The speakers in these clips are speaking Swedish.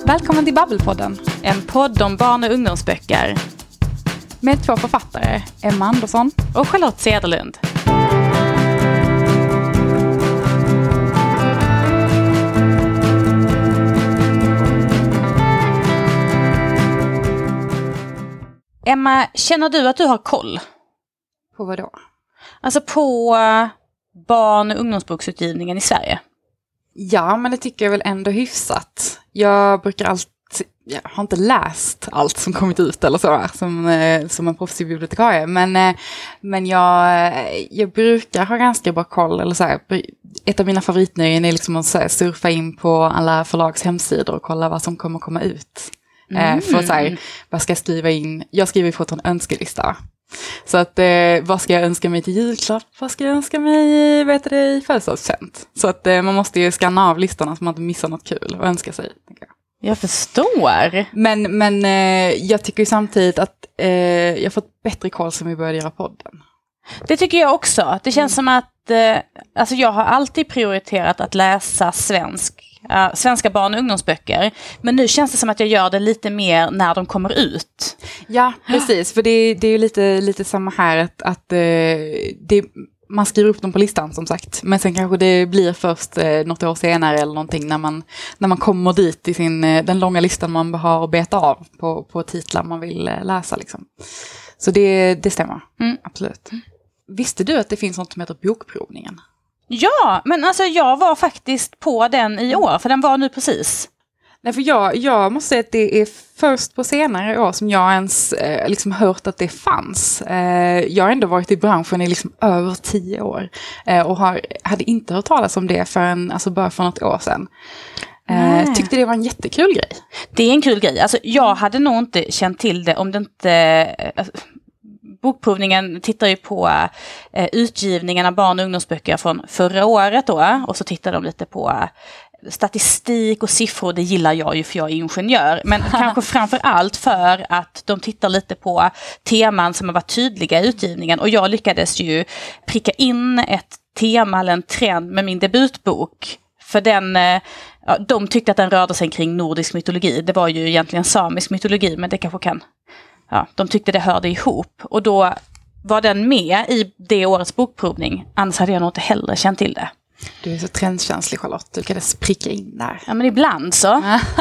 Välkommen till Babbelpodden, en podd om barn- och ungdomsböcker. Med två författare, Emma Andersson och Charlotte Cederlund. Emma, känner du att du har koll? På vad då? Alltså på barn- och ungdomsboksutgivningen i Sverige. Ja, men det tycker jag väl ändå hyfsat. Jag har inte läst allt som kommit ut eller så där, som en proffsig bibliotekarie. Men jag brukar ha ganska bra koll. Eller så här, ett av mina favoritnöjen är liksom att surfa in på alla förlags hemsidor och kolla vad som kommer komma ut. För så här, vad ska jag skriva in? Jag skriver på en önskelista. Så att vad ska jag önska mig till julklapp? Vad ska jag önska mig i födelsedagspresent? Så att man måste ju skanna av listorna så man inte missar något kul och önska sig. Jag förstår. Men jag tycker ju samtidigt att jag fått bättre koll som vi började göra podden. Det tycker jag också. Det känns som att alltså jag har alltid prioriterat att läsa svenska barn- och ungdomsböcker. Men nu känns det som att jag gör det lite mer när de kommer ut. Ja, precis. För det är ju lite samma här att man skriver upp dem på listan som sagt. Men sen kanske det blir först något år senare eller någonting när man kommer dit i den långa listan man har att beta av på titlar man vill läsa liksom. Så det stämmer. Absolut. Visste du att det finns något som heter Bokprovningen? Ja, men alltså jag var faktiskt på den i år, för den var nu precis. Nej, för jag måste säga att det är först på senare år som jag ens liksom hört att det fanns. Jag har ändå varit i branschen i liksom över 10 år och hade inte hört talas om det förrän bara för något år sedan. Tyckte det var en jättekul grej. Det är en kul grej. Alltså jag hade nog inte känt till det om det inte... Bokprovningen tittar ju på utgivningen av barn- och ungdomsböcker från förra året då, och så tittar de lite på statistik och siffror. Det gillar jag ju för jag är ingenjör, men kanske framför allt för att de tittar lite på teman som har varit tydliga i utgivningen, och jag lyckades ju pricka in ett tema eller en trend med min debutbok, för de tyckte att den rörde sig kring nordisk mytologi. Det var ju egentligen samisk mytologi, men det kanske kan... Ja, de tyckte det hörde ihop, och då var den med i det årets bokprovning. Annars hade jag nog inte heller känt till det. Du är så trendkänslig, Charlotte. Du lyckades pricka in där. Ja, men ibland så.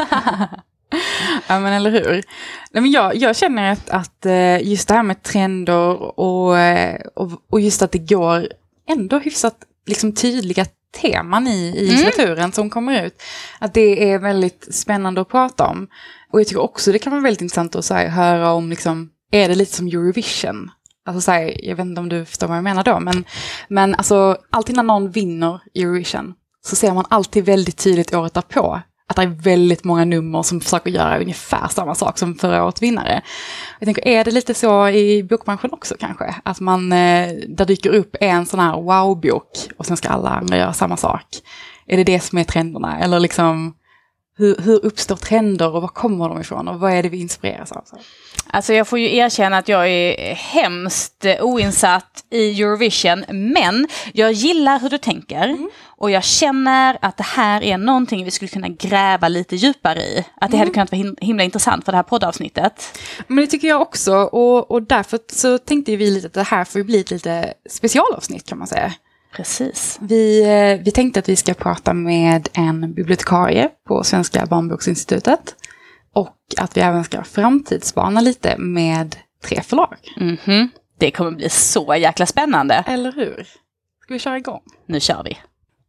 Ja, men eller hur? Nej, men jag känner att just det här med trender och just att det går ändå hyfsat liksom tydliga teman i litteraturen som kommer ut. Att det är väldigt spännande att prata om. Och jag tycker också det kan vara väldigt intressant att höra om liksom, är det lite som Eurovision? Alltså jag vet inte om du förstår vad jag menar då, men alltså alltid när någon vinner Eurovision så ser man alltid väldigt tydligt året därpå att det är väldigt många nummer som försöker göra ungefär samma sak som förra årets vinnare. Jag tänker, är det lite så i bokbranschen också kanske? Att där dyker upp en sån här wow-bok och sen ska alla andra göra samma sak. Är det som är trenderna? Eller liksom, hur uppstår trender och var kommer de ifrån? Och vad är det vi inspireras av? Alltså jag får ju erkänna att jag är hemskt oinsatt i Eurovision, men jag gillar hur du tänker. Och jag känner att det här är någonting vi skulle kunna gräva lite djupare i. Att det hade kunnat vara himla intressant för det här poddavsnittet. Men det tycker jag också, och därför så tänkte vi lite att det här får bli ett lite specialavsnitt kan man säga. Precis. Vi tänkte att vi ska prata med en bibliotekarie på Svenska barnboksinstitutet. Och att vi även ska framtidsspana lite med 3 förlag. Det kommer bli så jäkla spännande. Eller hur? Ska vi köra igång? Nu kör vi.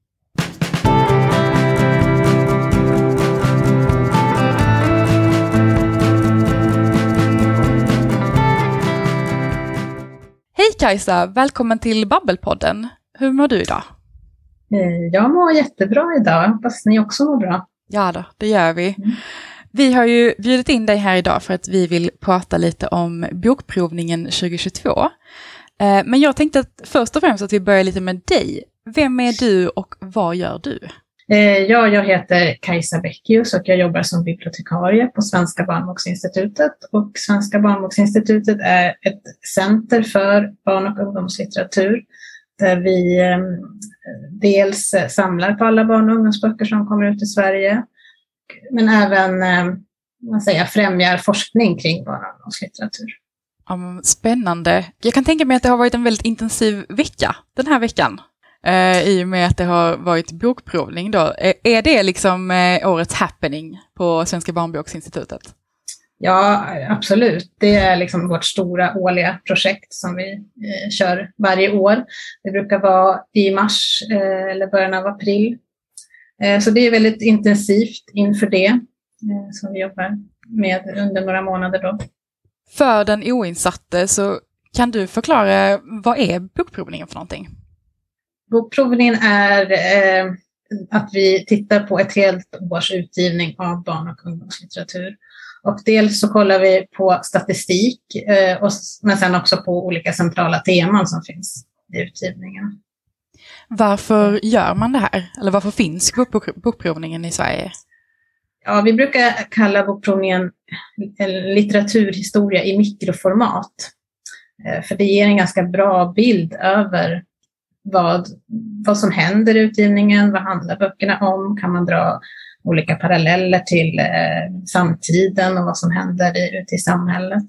Hej Kajsa, välkommen till Babbelpodden. Hur mår du idag? Jag mår jättebra idag. Hoppas ni också mår bra. Ja då, det gör vi. Vi har ju bjudit in dig här idag för att vi vill prata lite om bokprovningen 2022. Men jag tänkte att först och främst att vi börjar lite med dig. Vem är du och vad gör du? Jag heter Kajsa Bäckius och jag jobbar som bibliotekarie på Svenska barnboksinstitutet. Och Svenska barnboksinstitutet är ett center för barn- och ungdomslitteratur där vi dels samlar på alla barn- och ungdomsböcker som kommer ut i Sverige. men även främjar forskning kring barn- och ungdomslitteratur. Spännande. Jag kan tänka mig att det har varit en väldigt intensiv vecka den här veckan. I och med att det har varit bokprovning då. Är det liksom årets happening på Svenska barnboksinstitutet? Ja, absolut. Det är liksom vårt stora årliga projekt som vi kör varje år. Det brukar vara i mars eller början av april. Så det är väldigt intensivt inför det som vi jobbar med under några månader då. För den oinsatte så kan du förklara, vad är bokprovningen för någonting? Bokprovningen är att vi tittar på ett helt års utgivning av barn- och ungdomslitteratur. Och dels så kollar vi på statistik, men sen också på olika centrala teman som finns i utgivningen. Varför gör man det här? Eller varför finns bokprovningen i Sverige? Ja, vi brukar kalla bokprovningen litteraturhistoria i mikroformat. För det ger en ganska bra bild över vad som händer i utgivningen, vad handlar böckerna om, kan man dra olika paralleller till samtiden och vad som händer ute i samhället.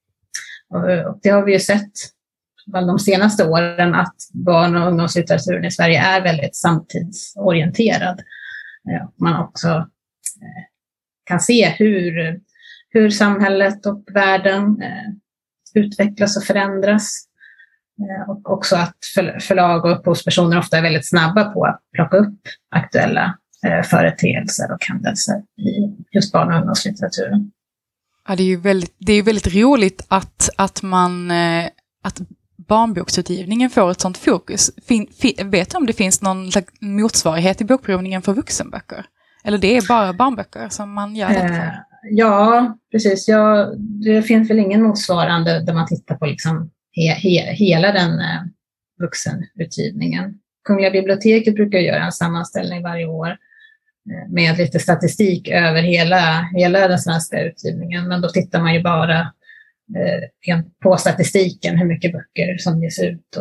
Och det har vi ju sett de senaste åren att barn- och ungdomslitteraturen i Sverige är väldigt samtidsorienterad. Man också kan se hur samhället och världen utvecklas och förändras. Och också att förlag och upphovspersoner ofta är väldigt snabba på att plocka upp aktuella företeelser och händelser i just barn- och ungdomslitteraturen. Ja, det är ju väldigt roligt att barnboksutgivningen får ett sånt fokus. Vet du om det finns någon motsvarighet i bokprovningen för vuxenböcker? Eller det är bara barnböcker som man gör det för? Ja, precis. Det finns väl ingen motsvarande där man tittar på liksom hela den vuxenutgivningen. Kungliga biblioteket brukar göra en sammanställning varje år med lite statistik över hela den svenska utgivningen. Men då tittar man ju bara på statistiken, hur mycket böcker som ges ut.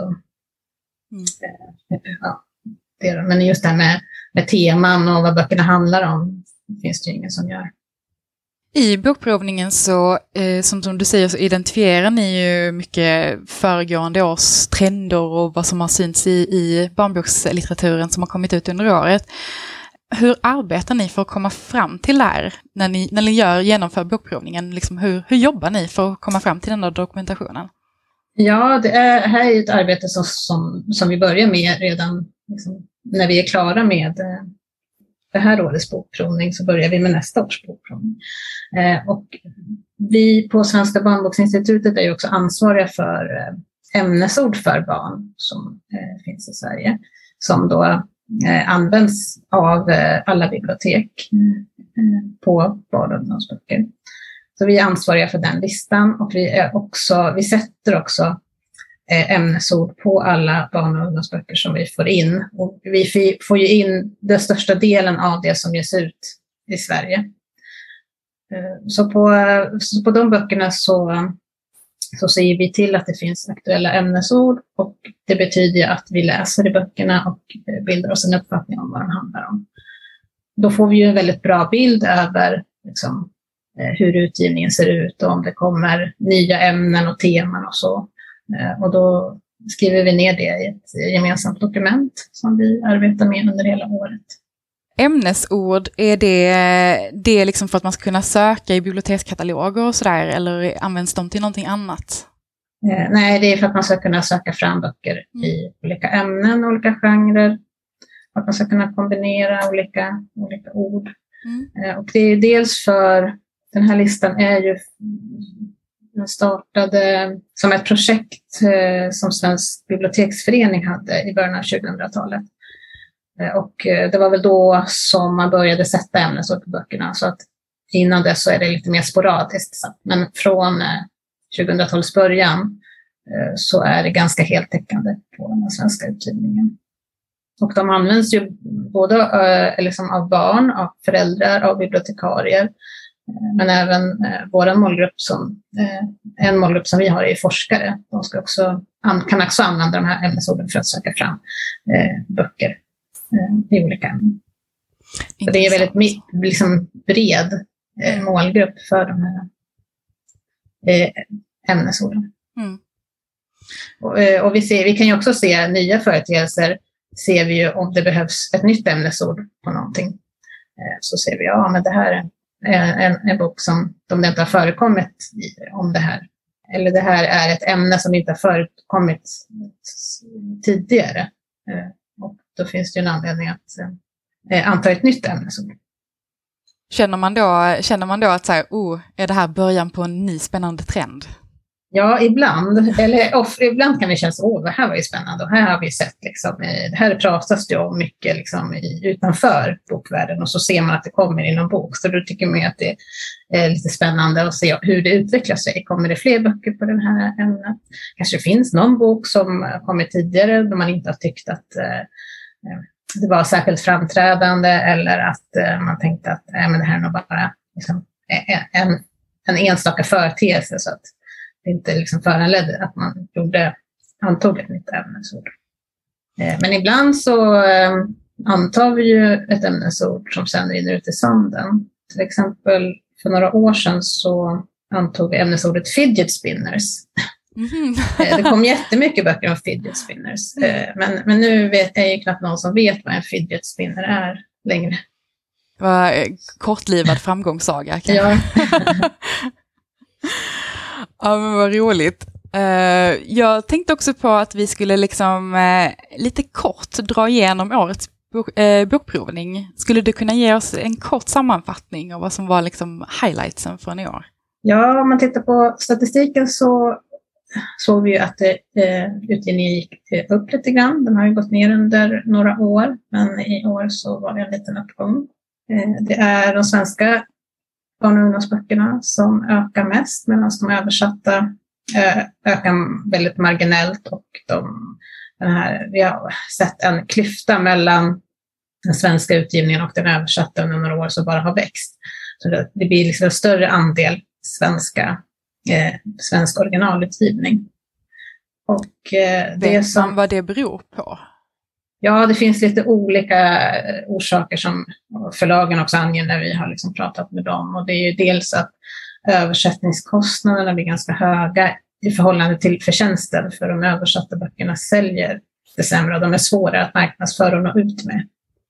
Men just det här med teman och vad böckerna handlar om finns det ju ingen som gör. I bokprovningen så, som du säger, så identifierar ni ju mycket föregående års trender och vad som har synts i barnbokslitteraturen som har kommit ut under året. Hur arbetar ni för att komma fram till det här när ni genomför bokprovningen? Liksom, hur jobbar ni för att komma fram till den där dokumentationen? Ja, här är ett arbete som vi börjar med redan liksom, när vi är klara med det här årets bokprovning, så börjar vi med nästa års bokprovning. Och vi på Svenska barnboksinstitutet är ju också ansvariga för ämnesord för barn som finns i Sverige, som då används av alla bibliotek på barn- och ungdomsböcker. Så vi är ansvariga för den listan, och vi sätter också ämnesord på alla barn- och ungdomsböcker som vi får in. Och vi får ju in den största delen av det som ges ut i Sverige. Så på de böckerna så ser vi till att det finns aktuella ämnesord, och det betyder att vi läser i böckerna och bildar oss en uppfattning om vad de handlar om. Då får vi ju en väldigt bra bild över liksom, hur utgivningen ser ut och om det kommer nya ämnen och teman och så. Och då skriver vi ner det i ett gemensamt dokument som vi arbetar med under hela året. Ämnesord, är det liksom för att man ska kunna söka i bibliotekskataloger och sådär, eller används de till någonting annat? Nej, det är för att man ska kunna söka fram böcker i olika ämnen, olika genrer. Att man ska kunna kombinera olika ord. Och det är dels för, den här listan är ju, den startade som ett projekt som Svensk biblioteksförening hade i början av 2000-talet. Och det var väl då som man började sätta ämnesord på böckerna, så att innan dess så är det lite mer sporadiskt. Men från 2000-talets början så är det ganska heltäckande på den svenska utgivningen. Och de används ju både liksom av barn, av föräldrar, av bibliotekarier, men även vår målgrupp en målgrupp som vi har är forskare. De kan också använda de här ämnesorden för att söka fram böcker i olika ämnen. Så det är väldigt liksom bred målgrupp för de här ämnesorden. Och vi kan ju också se nya företeelser, ser vi ju om det behövs ett nytt ämnesord på någonting. Så ser vi, men det här är en bok som det inte har förekommit om det här. Eller det här är ett ämne som inte har förekommit tidigare. Och då finns det ju en anledning att anta ett nytt ämnesord. Känner man då att så här, är det här början på en ny spännande trend? Ja, ibland. Ibland kan det kännas, det här var ju spännande. Och här har vi sett, liksom, det här pratas det om mycket liksom, utanför bokvärlden. Och så ser man att det kommer i någon bok. Så då tycker man att det är lite spännande att se hur det utvecklar sig. Kommer det fler böcker på den här ämnet? Kanske det finns någon bok som kommit tidigare då man inte har tyckt att det var särskilt framträdande. Eller att man tänkte att men det här är nog bara liksom, en enstaka företeelse. Så att det inte liksom föranledde att man antog ett nytt ämnesord. Men ibland så antar vi ju ett ämnesord som sen rinner ut i sanden. Till exempel för några år sedan så antog vi ämnesordet fidget spinners. Det kom jättemycket böcker om fidget spinners. Men nu är ju knappt någon som vet vad en fidget spinner är längre. Vad kortlivad framgångssaga. Ja. Ja, men vad roligt. Jag tänkte också på att vi skulle liksom lite kort dra igenom årets bokprovning. Skulle du kunna ge oss en kort sammanfattning av vad som var liksom highlightsen från i år? Ja, om man tittar på statistiken så såg vi ju att utgivningen gick upp lite grann. Den har ju gått ner under några år, men i år så var det en liten uppgång. Det är de svenska barn- och ungdomsböckerna som ökar mest, medan de översatta ökar väldigt marginellt. Och vi har sett en klyfta mellan den svenska utgivningen och den översatta under några år som bara har växt. Så det blir liksom en större andel svensk originalutgivning. Och vad det beror på? Ja, det finns lite olika orsaker som förlagen också anger när vi har liksom pratat med dem. Och det är ju dels att översättningskostnaderna blir ganska höga i förhållande till förtjänsten, för de översatta böckerna säljer det sämre och de är svåra att marknadsföra och nå ut med.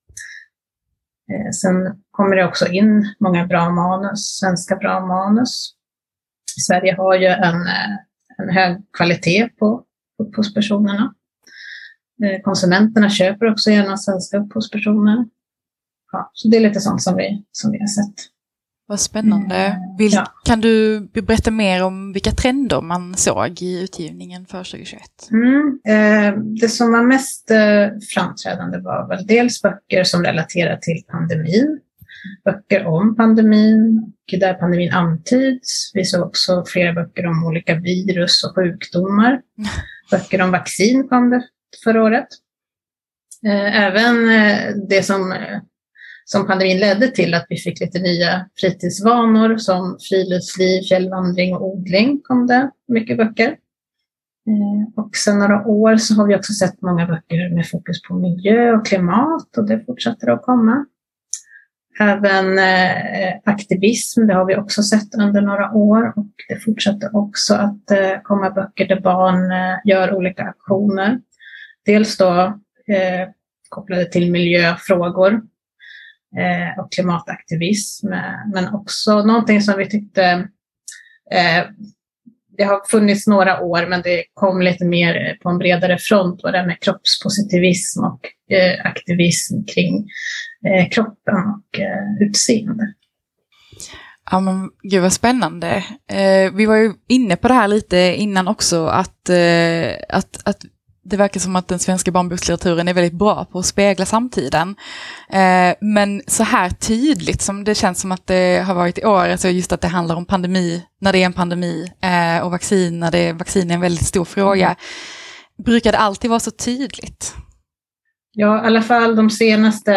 Sen kommer det också in många bra manus, svenska bra manus. Sverige har ju en hög kvalitet på upphovspersonerna. Konsumenterna köper också gärna svenska upphovspersoner. Ja, så det är lite sånt som vi har sett. Vad spännande. Kan du berätta mer om vilka trender man såg i utgivningen för 2021? Det som var mest framträdande var väl dels böcker som relaterar till pandemin. Böcker om pandemin och där pandemin antyds. Vi såg också flera böcker om olika virus och sjukdomar. Böcker om vaccin kom det förra året. Även det som pandemin ledde till, att vi fick lite nya fritidsvanor som friluftsliv, fjällvandring och odling, kom det mycket böcker. Och sedan några år så har vi också sett många böcker med fokus på miljö och klimat, och det fortsätter att komma. Även aktivism, det har vi också sett under några år, och det fortsätter också att komma böcker där barn gör olika aktioner. Dels då kopplade till miljöfrågor och klimataktivism, men också någonting som vi tyckte det har funnits några år, men det kom lite mer på en bredare front, och det med kroppspositivism och aktivism kring kroppen och utseende. Ja, men gud vad spännande. Vi var ju inne på det här lite innan också, att det verkar som att den svenska barnbokslitteraturen är väldigt bra på att spegla samtiden. Men så här tydligt som det känns som att det har varit i år, alltså just att det handlar om pandemi, när det är en pandemi, och vaccin, när vaccin är en väldigt stor fråga. Brukar det alltid vara så tydligt? Ja, i alla fall de senaste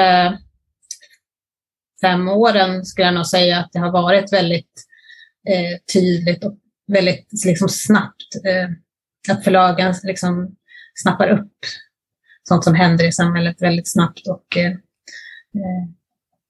5 åren skulle jag nog säga att det har varit väldigt tydligt och väldigt liksom snabbt. Att förlagen liksom snappar upp sånt som händer i samhället väldigt snabbt och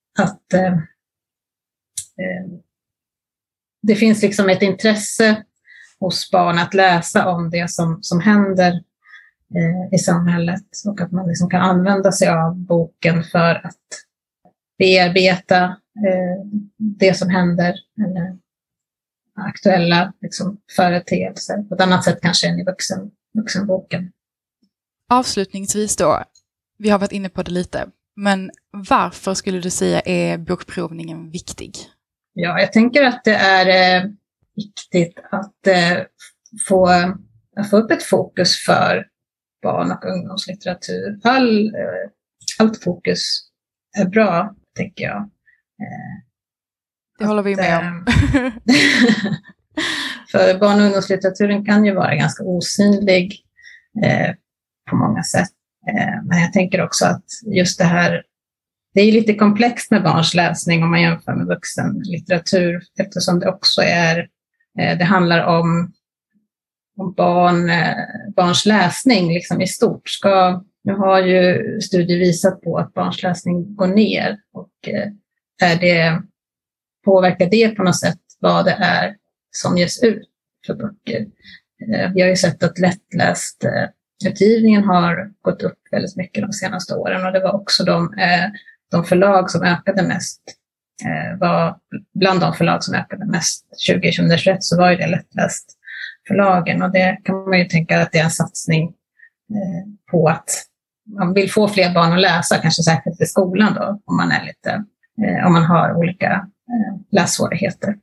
det finns liksom ett intresse hos barn att läsa om det som händer i samhället, och att man liksom kan använda sig av boken för att bearbeta det som händer, eller aktuella liksom företeelser på ett annat sätt kanske än i vuxenboken. Avslutningsvis då, vi har varit inne på det lite, men varför skulle du säga är bokprovningen viktig? Ja, jag tänker att det är viktigt att få upp ett fokus för barn- och ungdomslitteratur. Allt fokus är bra, tänker jag. Det håller vi med om. För barn- och ungdomslitteraturen kan ju vara ganska osynlig på många sätt. Men jag tänker också att just det här, det är lite komplext med barns läsning om man jämför med vuxenlitteratur, eftersom det också det handlar om barns läsning liksom i stort. Nu har ju studier visat på att barns läsning går ner, och påverkar det på något sätt vad det är som ges ut för böcker. Vi har ju sett att lättläst utgivningen har gått upp väldigt mycket de senaste åren, och det var också de förlag som ökade mest. Bland de förlag som ökade mest 2021 så var ju det lättläst förlagen, och det kan man ju tänka att det är en satsning på att man vill få fler barn att läsa, kanske särskilt i skolan då, om man har olika lässvårigheter.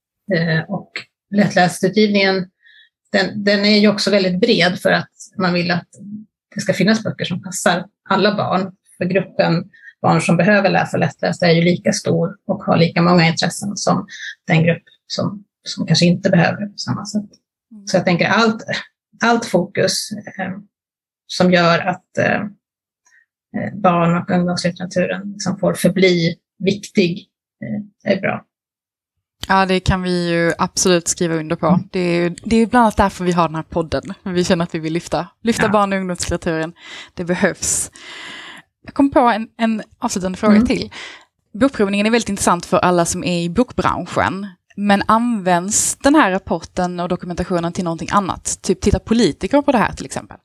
Och lättlästutgivningen, den är ju också väldigt bred, för att man vill att det ska finnas böcker som passar alla barn. För gruppen barn som behöver läsa lättläst är ju lika stor och har lika många intressen som den grupp som kanske inte behöver det på samma sätt. Så jag tänker allt fokus som gör att barn- och ungdomslitteraturen liksom får förbli viktig är bra. Ja, det kan vi ju absolut skriva under på. Det är ju bland annat därför vi har den här podden. Vi känner att vi vill lyfta barn- och ungdomslitteraturen. Det behövs. Jag kom på en avslutande fråga till. Bokprovningen är väldigt intressant för alla som är i bokbranschen. Men används den här rapporten och dokumentationen till någonting annat? Typ tittar politiker på det här till exempel?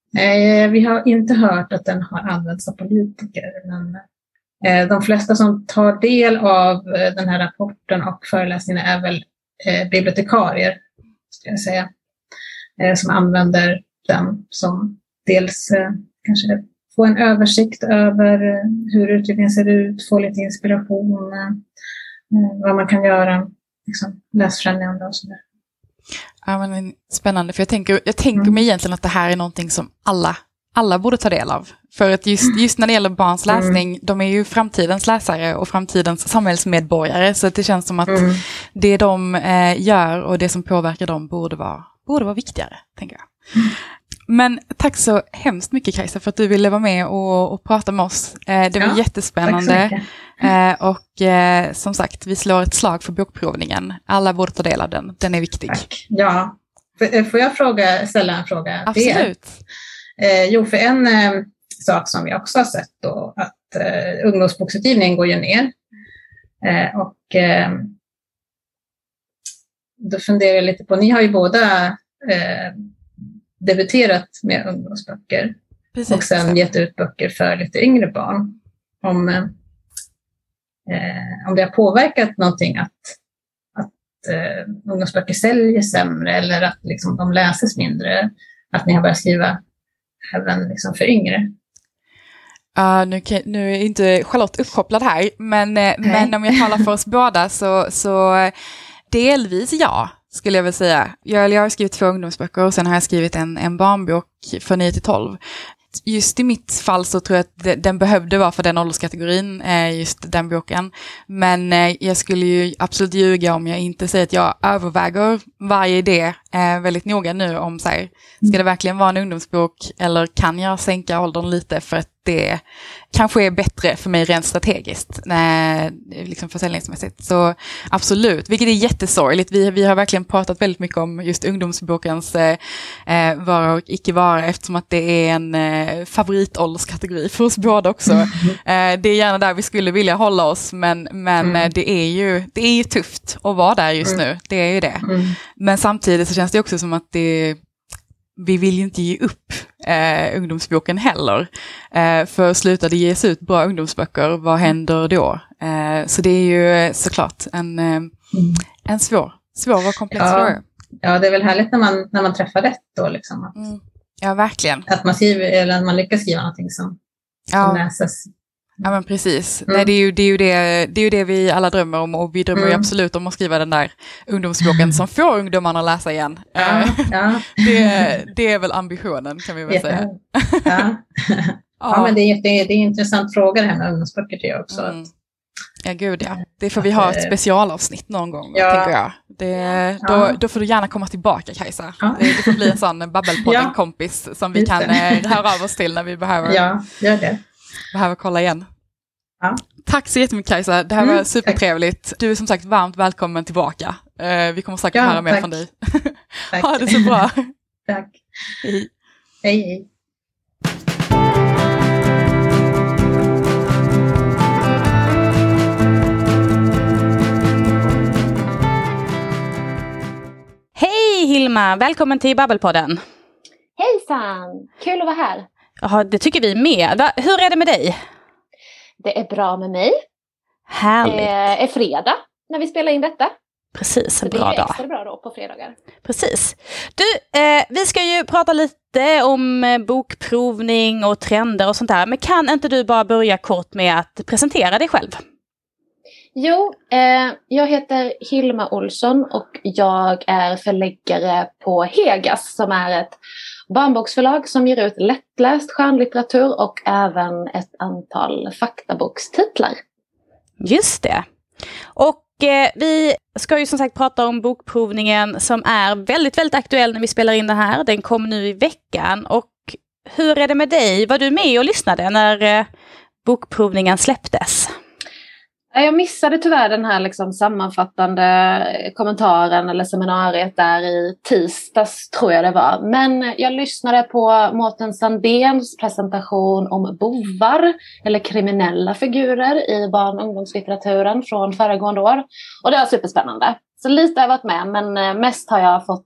Vi har inte hört att den har använts av politiker, men de flesta som tar del av den här rapporten och föreläsningarna är väl bibliotekarier, skulle jag säga, som använder den som dels kanske få en översikt över hur utgivningen ser ut, få lite inspiration, vad man kan göra, liksom läsfrämjande och sådär. Ja, men spännande, för jag tänker mig egentligen att det här är någonting som alla borde ta del av. För att just när det gäller barns läsning, de är ju framtidens läsare och framtidens samhällsmedborgare, så att det känns som att det de gör och det som påverkar dem borde vara viktigare, tänker jag. Men tack så hemskt mycket, Kajsa, för att du ville vara med och prata med oss. Det var jättespännande. Och som sagt, vi slår ett slag för bokprovningen. Alla borde ta del av den. Den är viktig. Tack. Ja. Får jag ställa en fråga? Absolut. Jo, för en sak som vi också har sett då, att ungdomsboksutgivningen går ju ner. Och då funderar jag lite på, ni har ju båda debuterat med ungdomsböcker. Precis, och sen gett ut böcker för lite yngre barn. Om det har påverkat någonting att ungdomsböcker säljer sämre, eller att liksom de läses mindre, att ni har börjat skriva även liksom för yngre? Nu är inte Charlotte uppkopplad här, men om jag talar för oss båda så delvis ja, skulle jag väl säga. Jag har skrivit 2 ungdomsböcker och sen har jag skrivit en barnbok för 9-12. Just i mitt fall så tror jag att den behövde vara för den ålderskategorin, just den boken. Men jag skulle ju absolut ljuga om jag inte säger att jag överväger varje idé väldigt noga nu om så här, ska det verkligen vara en ungdomsbok eller kan jag sänka åldern lite för att det kanske är bättre för mig rent strategiskt, liksom försäljningsmässigt. Så absolut, vilket är jättesorgligt. Vi har verkligen pratat väldigt mycket om just ungdomsbokens vara och icke vara, eftersom att det är en favoritålderskategori för oss båda också. Det är gärna där vi skulle vilja hålla oss, men det är ju tufft att vara där just nu. Det är ju det. Men samtidigt så känns det också som att vi vill ju inte ge upp ungdomsboken heller. För slutar det ges ut bra ungdomsböcker, vad händer då? Så det är ju såklart en svår och komplex fråga. Ja, det är väl härligt när man träffar rätt då. Liksom, ja, verkligen. Att man skriver, eller att man lyckas skriva någonting som läses. Ja, men precis. Nej, det är ju det vi alla drömmer om, och vi drömmer ju absolut om att skriva den där ungdomsboken som får ungdomarna att läsa igen. Det är väl ambitionen, kan vi väl säga. Ja, men det är en intressant fråga det här med ungdomsböcker till jag också. Ja, gud ja. Det får vi ha ett specialavsnitt någon gång, tänker jag. Då får du gärna komma tillbaka, Kajsa. Det får bli en sån Babbelpodden-kompis som vi kan höra av oss till när vi behöver. Ja, gör det. Behöver kolla igen. Ja. Tack så jättemycket, Kajsa. Det här var supertrevligt. Tack. Du är som sagt varmt välkommen tillbaka. Vi kommer säkert höra mer från dig. Ha det så bra. Tack. Hej. Hej. Hej Hilma, välkommen till Babbelpodden. Hejsan, kul att vara här. Ja, det tycker vi med. Hur är det med dig? Det är bra med mig. Härligt. Det är fredag när vi spelar in detta. Precis, en bra dag. Det blir extra bra då på fredagar. Precis. Du, vi ska ju prata lite om bokprovning och trender och sånt där. Men kan inte du bara börja kort med att presentera dig själv? Jo, jag heter Hilma Olsson och jag är förläggare på Hegas, som är ett barnboksförlag som ger ut lättläst skönlitteratur och även ett antal faktabokstitlar. Just det. Och vi ska ju som sagt prata om bokprovningen som är väldigt, väldigt aktuell när vi spelar in det här. Den kom nu i veckan. Och hur är det med dig? Var du med och lyssnade när bokprovningen släpptes? Jag missade tyvärr den här liksom sammanfattande kommentaren eller seminariet där i tisdags, tror jag det var. Men jag lyssnade på Mårten Sandéns presentation om bovar eller kriminella figurer i barn- och ungdomslitteraturen från föregående år. Och det var superspännande. Så lite har jag varit med, men mest har jag fått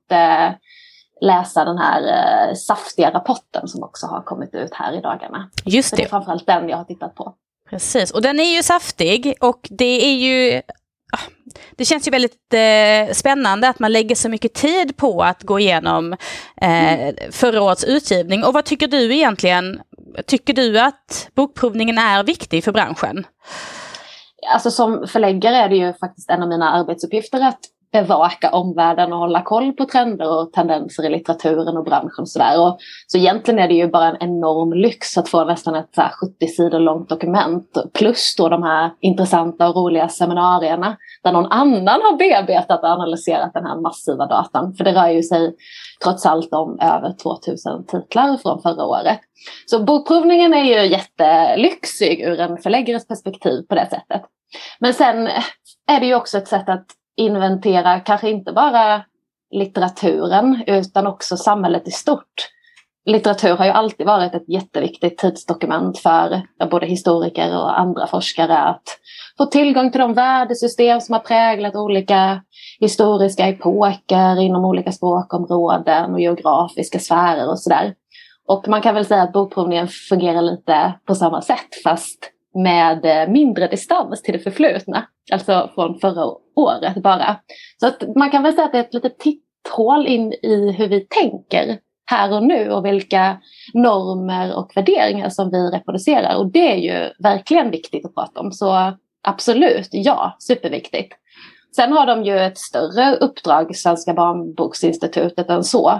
läsa den här saftiga rapporten som också har kommit ut här i dagarna. Just det. Så det är framförallt den jag har tittat på. Precis, och den är ju saftig och det är ju, det känns ju väldigt spännande att man lägger så mycket tid på att gå igenom förra årets utgivning. Och vad tycker du egentligen? Tycker du att bokprovningen är viktig för branschen? Alltså som förläggare är det ju faktiskt en av mina arbetsuppgifter att bevaka omvärlden och hålla koll på trender och tendenser i litteraturen och branschen. Så egentligen är det ju bara en enorm lyx att få nästan ett 70 sidor långt dokument plus då de här intressanta och roliga seminarierna där någon annan har bearbetat och analyserat den här massiva datan. För det rör ju sig trots allt om över 2000 titlar från förra året. Så bokprovningen är ju jättelyxig ur en förläggares perspektiv på det sättet. Men sen är det ju också ett sätt att inventera kanske inte bara litteraturen utan också samhället i stort. Litteratur har ju alltid varit ett jätteviktigt tidsdokument för både historiker och andra forskare att få tillgång till de värdesystem som har präglat olika historiska epoker inom olika språkområden och geografiska sfärer och sådär. Och man kan väl säga att bokprovningen fungerar lite på samma sätt fast med mindre distans till det förflutna. Alltså från förra året bara. Så att man kan väl säga att det är ett litet titthål in i hur vi tänker här och nu. Och vilka normer och värderingar som vi reproducerar. Och det är ju verkligen viktigt att prata om. Så absolut, ja, superviktigt. Sen har de ju ett större uppdrag, Svenska barnboksinstitutet, än så.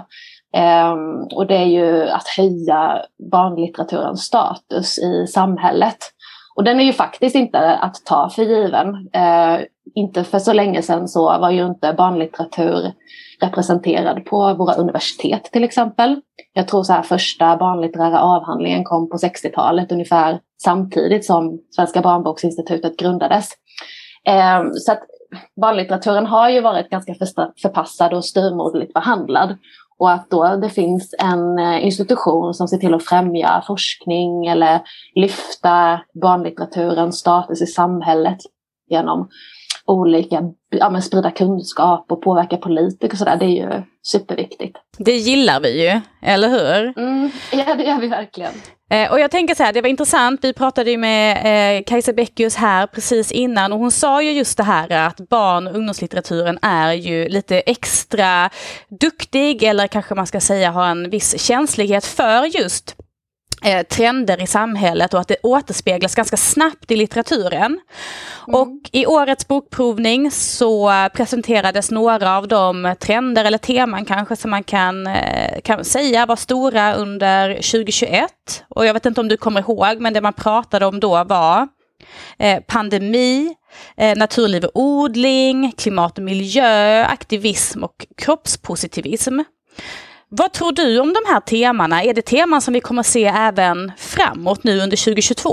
Och det är ju att höja barnlitteraturens status i samhället. Och den är ju faktiskt inte att ta för given. Inte för så länge sedan så var ju inte barnlitteratur representerad på våra universitet till exempel. Jag tror så här första barnlitterära avhandlingen kom på 60-talet ungefär samtidigt som Svenska barnboksinstitutet grundades. Så att barnlitteraturen har ju varit ganska förpassad och styrmodligt behandlad. Och att då det finns en institution som ser till att främja forskning eller lyfta barnlitteraturens status i samhället genom olika, sprida kunskap och påverka politiker och sådär, det är ju superviktigt. Det gillar vi ju, eller hur? Ja, det gör vi verkligen. Och jag tänker så här, det var intressant, vi pratade ju med Kajsa Bäckius här precis innan och hon sa ju just det här att barn- och ungdomslitteraturen är ju lite extra duktig, eller kanske man ska säga har en viss känslighet för just trender i samhället och att det återspeglas ganska snabbt i litteraturen. Och i årets bokprovning så presenterades några av de trender eller teman kanske som man kan säga var stora under 2021. Och jag vet inte om du kommer ihåg, men det man pratade om då var pandemi, naturliv och odling, klimat och miljö, aktivism och kroppspositivism. Vad tror du om de här temana? Är det teman som vi kommer se även framåt nu under 2022?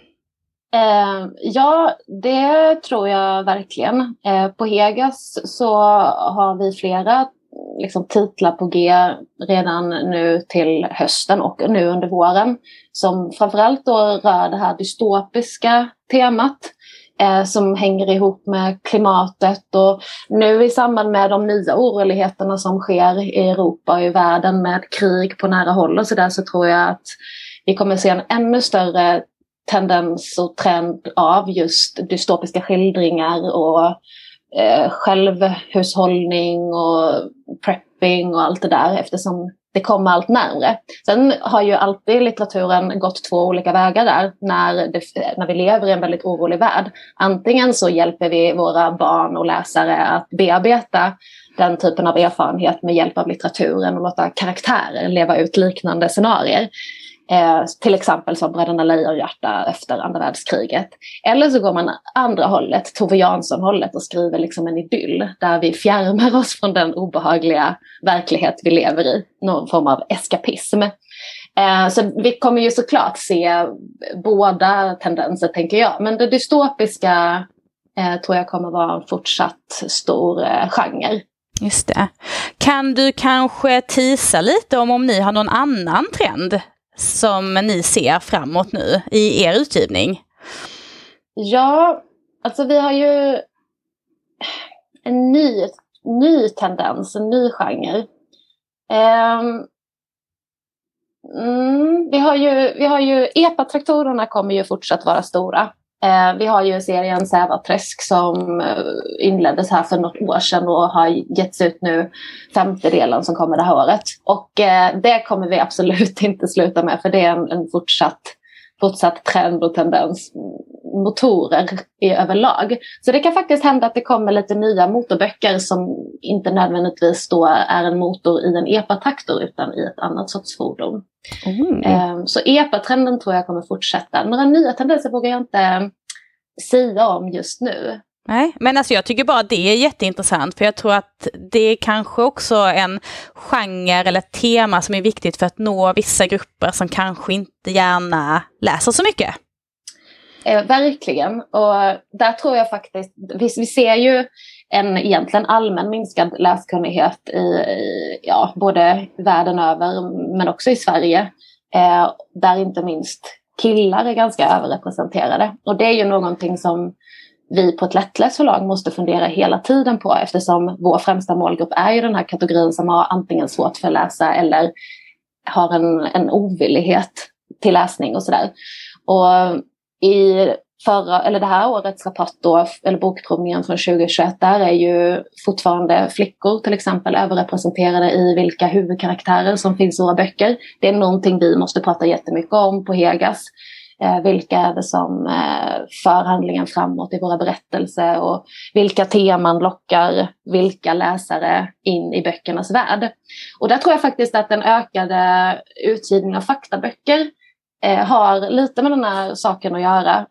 Ja, det tror jag verkligen. På Hegas så har vi flera titlar på G redan nu till hösten och nu under våren. Som framförallt då rör det här dystopiska temat. Som hänger ihop med klimatet, och nu i samband med de nya oroligheterna som sker i Europa och i världen med krig på nära håll och så tror jag att vi kommer se en ännu större tendens och trend av just dystopiska skildringar och självhushållning och prepping och allt det där, eftersom det kommer allt närmare. Sen har ju alltid litteraturen gått två olika vägar där när vi lever i en väldigt orolig värld. Antingen så hjälper vi våra barn och läsare att bearbeta den typen av erfarenhet med hjälp av litteraturen och låta karaktärer leva ut liknande scenarier. Till exempel som Bröderna Lejonhjärta efter andra världskriget. Eller så går man andra hållet, Tove Jansson-hållet, och skriver en idyll där vi fjärmar oss från den obehagliga verklighet vi lever i. Någon form av eskapism. Så vi kommer ju såklart se båda tendenser, tänker jag. Men det dystopiska tror jag kommer vara en fortsatt stor genre. Just det. Kan du kanske tisa lite om ni har någon annan trend som ni ser framåt nu i er utgivning? Ja, alltså vi har ju en ny tendens, en ny genre. Vi har ju epatraktorerna kommer ju fortsatt vara stora. Vi har ju serien Sävarträsk som inleddes här för något år sedan och har getts ut nu 5:e delen som kommer det här året. Och det kommer vi absolut inte sluta med, för det är en fortsatt trend och tendens. Motorer i överlag. Så det kan faktiskt hända att det kommer lite nya motorböcker som inte nödvändigtvis då är en motor i en epatraktor utan i ett annat sorts fordon. Så epatrenden tror jag kommer fortsätta. Några nya tendenser vågar jag inte säga om just nu. Nej, men alltså jag tycker bara det är jätteintressant, för jag tror att det är kanske också en genre eller tema som är viktigt för att nå vissa grupper som kanske inte gärna läser så mycket. Verkligen, och där tror jag faktiskt, vi ser ju en egentligen allmän minskad läskunnighet i både världen över men också i Sverige, där inte minst killar är ganska överrepresenterade. Och det är ju någonting som vi på ett lättläsförlag måste fundera hela tiden på, eftersom vår främsta målgrupp är ju den här kategorin som har antingen svårt för att läsa eller har en ovillighet till läsning och sådär. Och i det här årets rapport då, eller bokprovningen från 2021, där är ju fortfarande flickor till exempel överrepresenterade i vilka huvudkaraktärer som finns i våra böcker. Det är någonting vi måste prata jättemycket om på Hegas. Vilka är det som för handlingen framåt i våra berättelser, och vilka teman lockar vilka läsare in i böckernas värld. Och där tror jag faktiskt att den ökade utgivningen av faktaböcker har lite med den här saken att göra.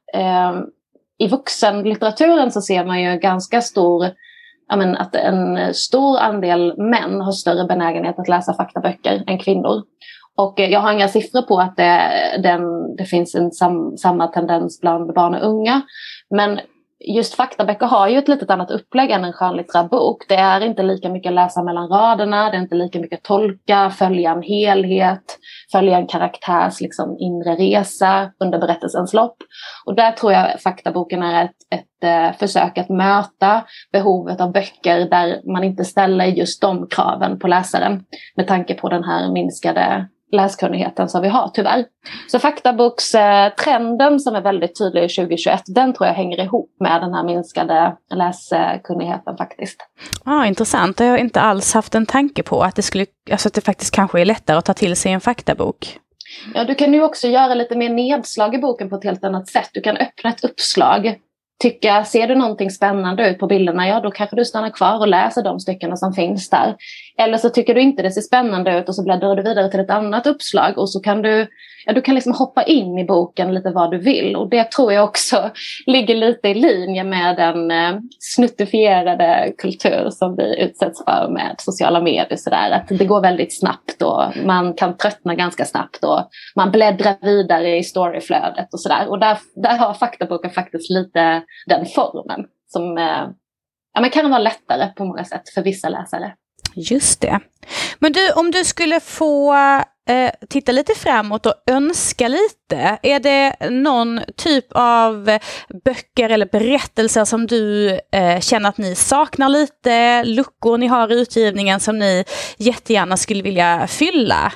I vuxenlitteraturen så ser man ju ganska att en stor andel män har större benägenhet att läsa faktaböcker än kvinnor. Och jag har inga siffror på att det finns samma tendens bland barn och unga. Men just faktaböcker har ju ett litet annat upplägg än en skönlitterär bok. Det är inte lika mycket läsa mellan raderna, det är inte lika mycket tolka, följa en helhet, följa en karaktärs inre resa under berättelsens lopp. Och där tror jag faktaboken är ett försök att möta behovet av böcker där man inte ställer just de kraven på läsaren med tanke på den här minskade läskunnigheten som vi har tyvärr. Så faktabokstrenden som är väldigt tydlig i 2021, den tror jag hänger ihop med den här minskade läskunnigheten faktiskt. Intressant. Jag har inte alls haft en tanke på att att det faktiskt kanske är lättare att ta till sig en faktabok. Ja, du kan ju också göra lite mer nedslag i boken på ett helt annat sätt. Du kan öppna ett uppslag. Ser du någonting spännande ut på bilderna, ja då kanske du stannar kvar och läser de stycken som finns där. Eller så tycker du inte det ser spännande ut och så bläddrar du vidare till ett annat uppslag och så kan du kan hoppa in i boken lite vad du vill. Och det tror jag också ligger lite i linje med den snuttifierade kultur som vi utsätts för med sociala medier. Sådär. Att det går väldigt snabbt och man kan tröttna ganska snabbt och man bläddrar vidare i storyflödet och sådär. Och där har faktaboken faktiskt lite den formen som kan vara lättare på många sätt för vissa läsare. Just det. Men du, om du skulle få titta lite framåt och önska lite, är det någon typ av böcker eller berättelser som du känner att ni saknar lite, luckor ni har i utgivningen som ni jättegärna skulle vilja fylla?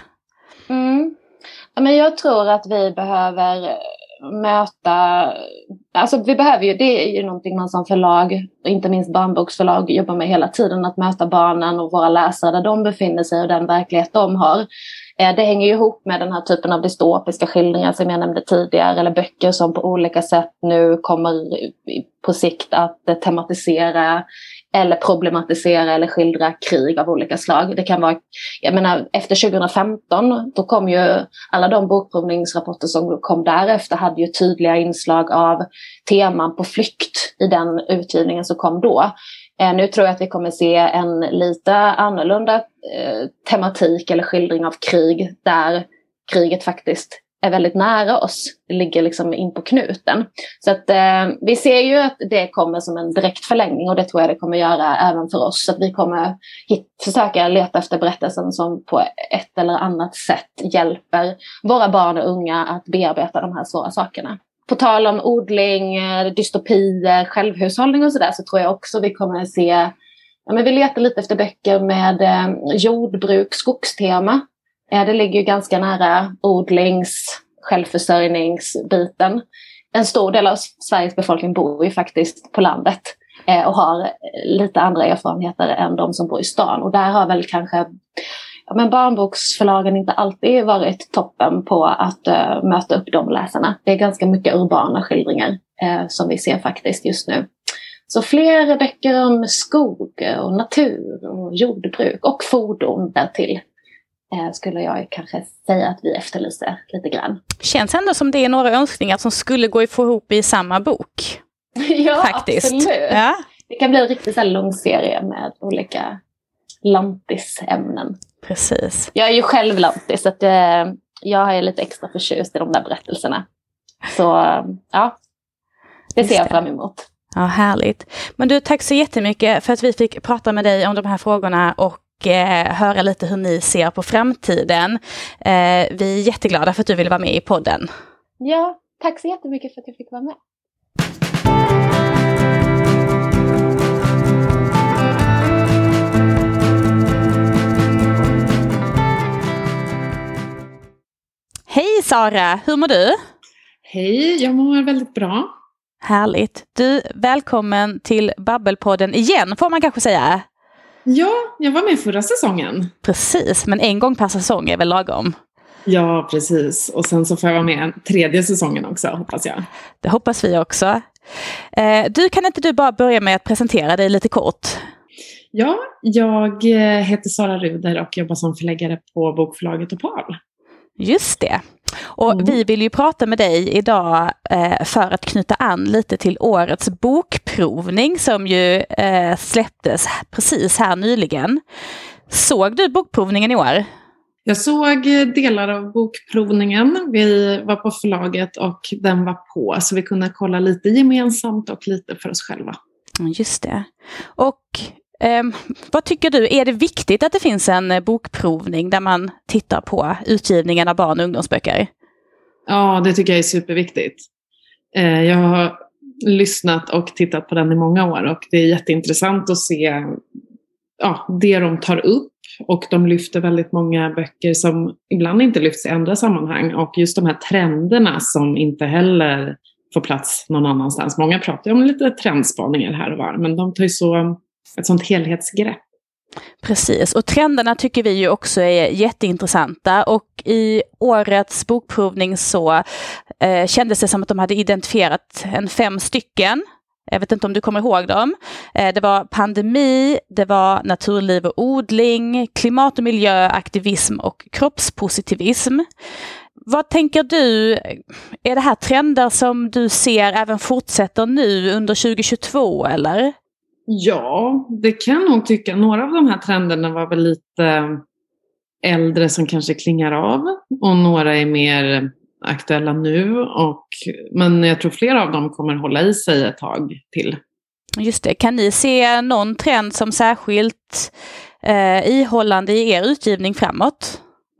Men jag tror att vi behöver möta, det är ju någonting man som förlag, inte minst barnboksförlag, jobbar med hela tiden, att möta barnen och våra läsare där de befinner sig och den verklighet de har. Det hänger ju ihop med den här typen av dystopiska skildringar som jag nämnde tidigare, eller böcker som på olika sätt nu kommer på sikt att tematisera eller problematisera eller skildra krig av olika slag. Det kan vara, efter 2015, då kom ju alla de bokprovningsrapporter som kom därefter hade ju tydliga inslag av teman på flykt i den utgivningen som kom då. Nu tror jag att vi kommer se en lite annorlunda tematik eller skildring av krig där kriget faktiskt är väldigt nära oss. Det ligger in på knuten. Så att vi ser ju att det kommer som en direkt förlängning och det tror jag det kommer göra även för oss. Så att vi kommer försöka leta efter berättelsen som på ett eller annat sätt hjälper våra barn och unga att bearbeta de här svåra sakerna. På tal om odling, dystopier, självhushållning och sådär så tror jag också vi kommer att se, vi letar lite efter böcker med jordbruk, skogstema. Det ligger ju ganska nära självförsörjningsbiten. En stor del av Sveriges befolkning bor ju faktiskt på landet och har lite andra erfarenheter än de som bor i stan. Och där har väl kanske barnboksförlagen inte alltid varit toppen på att möta upp de läsarna. Det är ganska mycket urbana skildringar som vi ser faktiskt just nu. Så fler böcker om skog och natur och jordbruk och fordon därtill skulle jag kanske säga att vi efterlyser lite grann. Känns ändå som det är några önskningar som skulle gå ihop i samma bok. Ja, faktiskt. Absolut. Ja. Det kan bli en riktigt lång serie med olika lantisämnen. Precis. Jag är ju själv lantis så att jag är lite extra förtjust i de där berättelserna. Så ja, det ser jag fram emot. Ja, härligt. Men du, tack så jättemycket för att vi fick prata med dig om de här frågorna och höra lite hur ni ser på framtiden. Vi är jätteglada för att du ville vara med i podden. Ja, tack så jättemycket för att jag fick vara med. Hej Sara, hur mår du? Hej, jag mår väldigt bra. Härligt. Du, välkommen till Babbelpodden igen, får man kanske säga. Ja, jag var med förra säsongen. Precis, men en gång per säsong är väl lagom. Ja, precis. Och sen så får jag vara med en tredje säsongen också, hoppas jag. Det hoppas vi också. Kan inte du bara börja med att presentera dig lite kort? Ja, jag heter Sara Ruder och jobbar som förläggare på bokförlaget Opal. Just det. Och vi vill ju prata med dig idag för att knyta an lite till årets bokprovning som ju släpptes precis här nyligen. Såg du bokprovningen i år? Jag såg delar av bokprovningen. Vi var på förlaget och den var på, så vi kunde kolla lite gemensamt och lite för oss själva. Just det. Och vad tycker du? Är det viktigt att det finns en bokprovning där man tittar på utgivningen av barn- och ungdomsböcker? Ja, det tycker jag är superviktigt. Jag har lyssnat och tittat på den i många år och det är jätteintressant att se det de tar upp. Och de lyfter väldigt många böcker som ibland inte lyfts i andra sammanhang. Och just de här trenderna som inte heller får plats någon annanstans. Många pratar ju om lite trendspaningar här och var, men de tar ju ett sånt helhetsgrepp. Precis, och trenderna tycker vi ju också är jätteintressanta. Och i årets bokprovning så kändes det som att de hade identifierat 5 stycken. Jag vet inte om du kommer ihåg dem. Det var pandemi, det var naturliv och odling, klimat- och miljöaktivism och kroppspositivism. Vad tänker du, är det här trender som du ser även fortsätter nu under 2022 eller? Ja, det kan jag nog tycka. Några av de här trenderna var väl lite äldre som kanske klingar av och några är mer aktuella nu, men jag tror flera av dem kommer hålla i sig ett tag till. Just det. Kan ni se någon trend som särskilt ihållande i er utgivning framåt?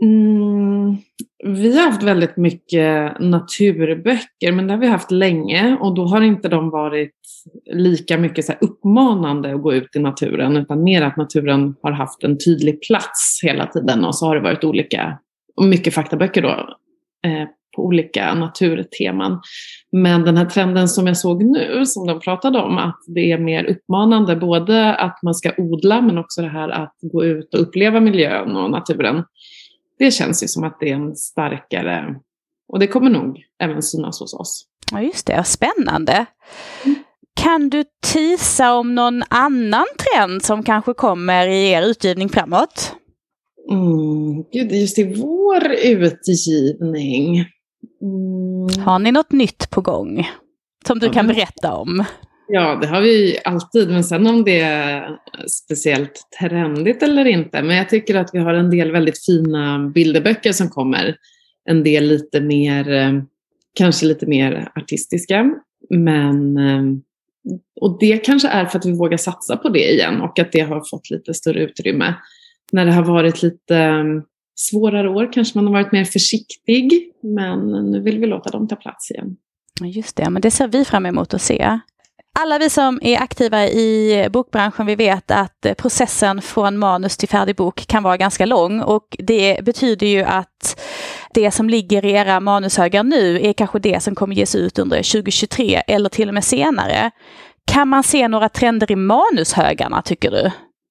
Vi har haft väldigt mycket naturböcker, men det har vi haft länge och då har inte de varit lika mycket så här uppmanande att gå ut i naturen, utan mer att naturen har haft en tydlig plats hela tiden och så har det varit olika, och mycket faktaböcker då, på olika naturteman. Men den här trenden som jag såg nu, som de pratade om, att det är mer uppmanande, både att man ska odla men också det här att gå ut och uppleva miljön och naturen. Det känns ju som att det är en starkare, och det kommer nog även synas hos oss. Ja, just det, spännande. Kan du tisa om någon annan trend som kanske kommer i er utgivning framåt? Gud, just i vår utgivning. Har ni något nytt på gång som du kan berätta om? Ja, det har vi alltid, men sen om det är speciellt trendigt eller inte. Men jag tycker att vi har en del väldigt fina bilderböcker som kommer. En del lite mer, kanske lite mer artistiska. Men, och det kanske är för att vi vågar satsa på det igen och att det har fått lite större utrymme. När det har varit lite svårare år kanske man har varit mer försiktig, men nu vill vi låta dem ta plats igen. Just det, men det ser vi fram emot att se. Alla vi som är aktiva i bokbranschen, vi vet att processen från manus till färdig bok kan vara ganska lång, och det betyder ju att det som ligger i era manushögar nu är kanske det som kommer ges ut under 2023 eller till och med senare. Kan man se några trender i manushögarna, tycker du?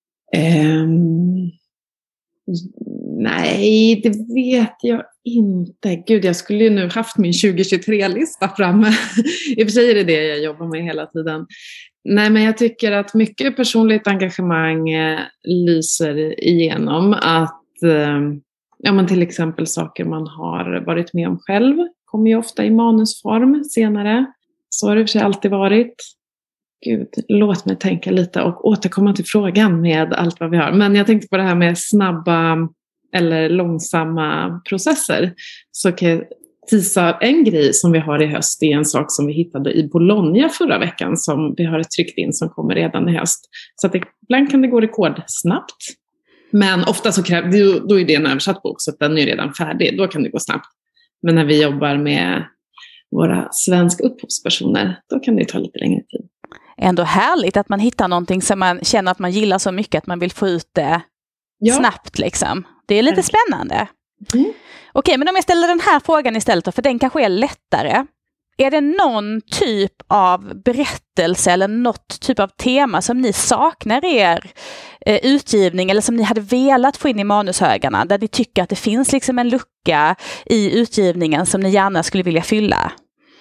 Nej, det vet jag inte. Gud, jag skulle ju nu haft min 2023-lista framme. I och för sig är det det jag jobbar med hela tiden. Nej, men jag tycker att mycket personligt engagemang lyser igenom. Att men till exempel saker man har varit med om själv kommer ju ofta i manusform senare. Så har det i och för sig alltid varit. Gud, låt mig tänka lite och återkomma till frågan med allt vad vi har. Men jag tänkte på det här med snabba eller långsamma processer. Så kan jag tisa en grej som vi har i höst. Det är en sak som vi hittade i Bologna förra veckan som vi har tryckt in som kommer redan i höst. Så att ibland kan det gå rekordsnabbt. Men ofta så då är det en översatt bok så att den är redan färdig. Då kan det gå snabbt. Men när vi jobbar med våra svenska upphovspersoner, då kan det ta lite längre tid. Ändå härligt att man hittar någonting som man känner att man gillar så mycket att man vill få ut det snabbt liksom. Det är lite spännande. Okej, men om jag ställer den här frågan istället då, för den kanske är lättare. Är det någon typ av berättelse eller något typ av tema som ni saknar i er utgivning eller som ni hade velat få in i manushögarna, där ni tycker att det finns liksom en lucka i utgivningen som ni gärna skulle vilja fylla?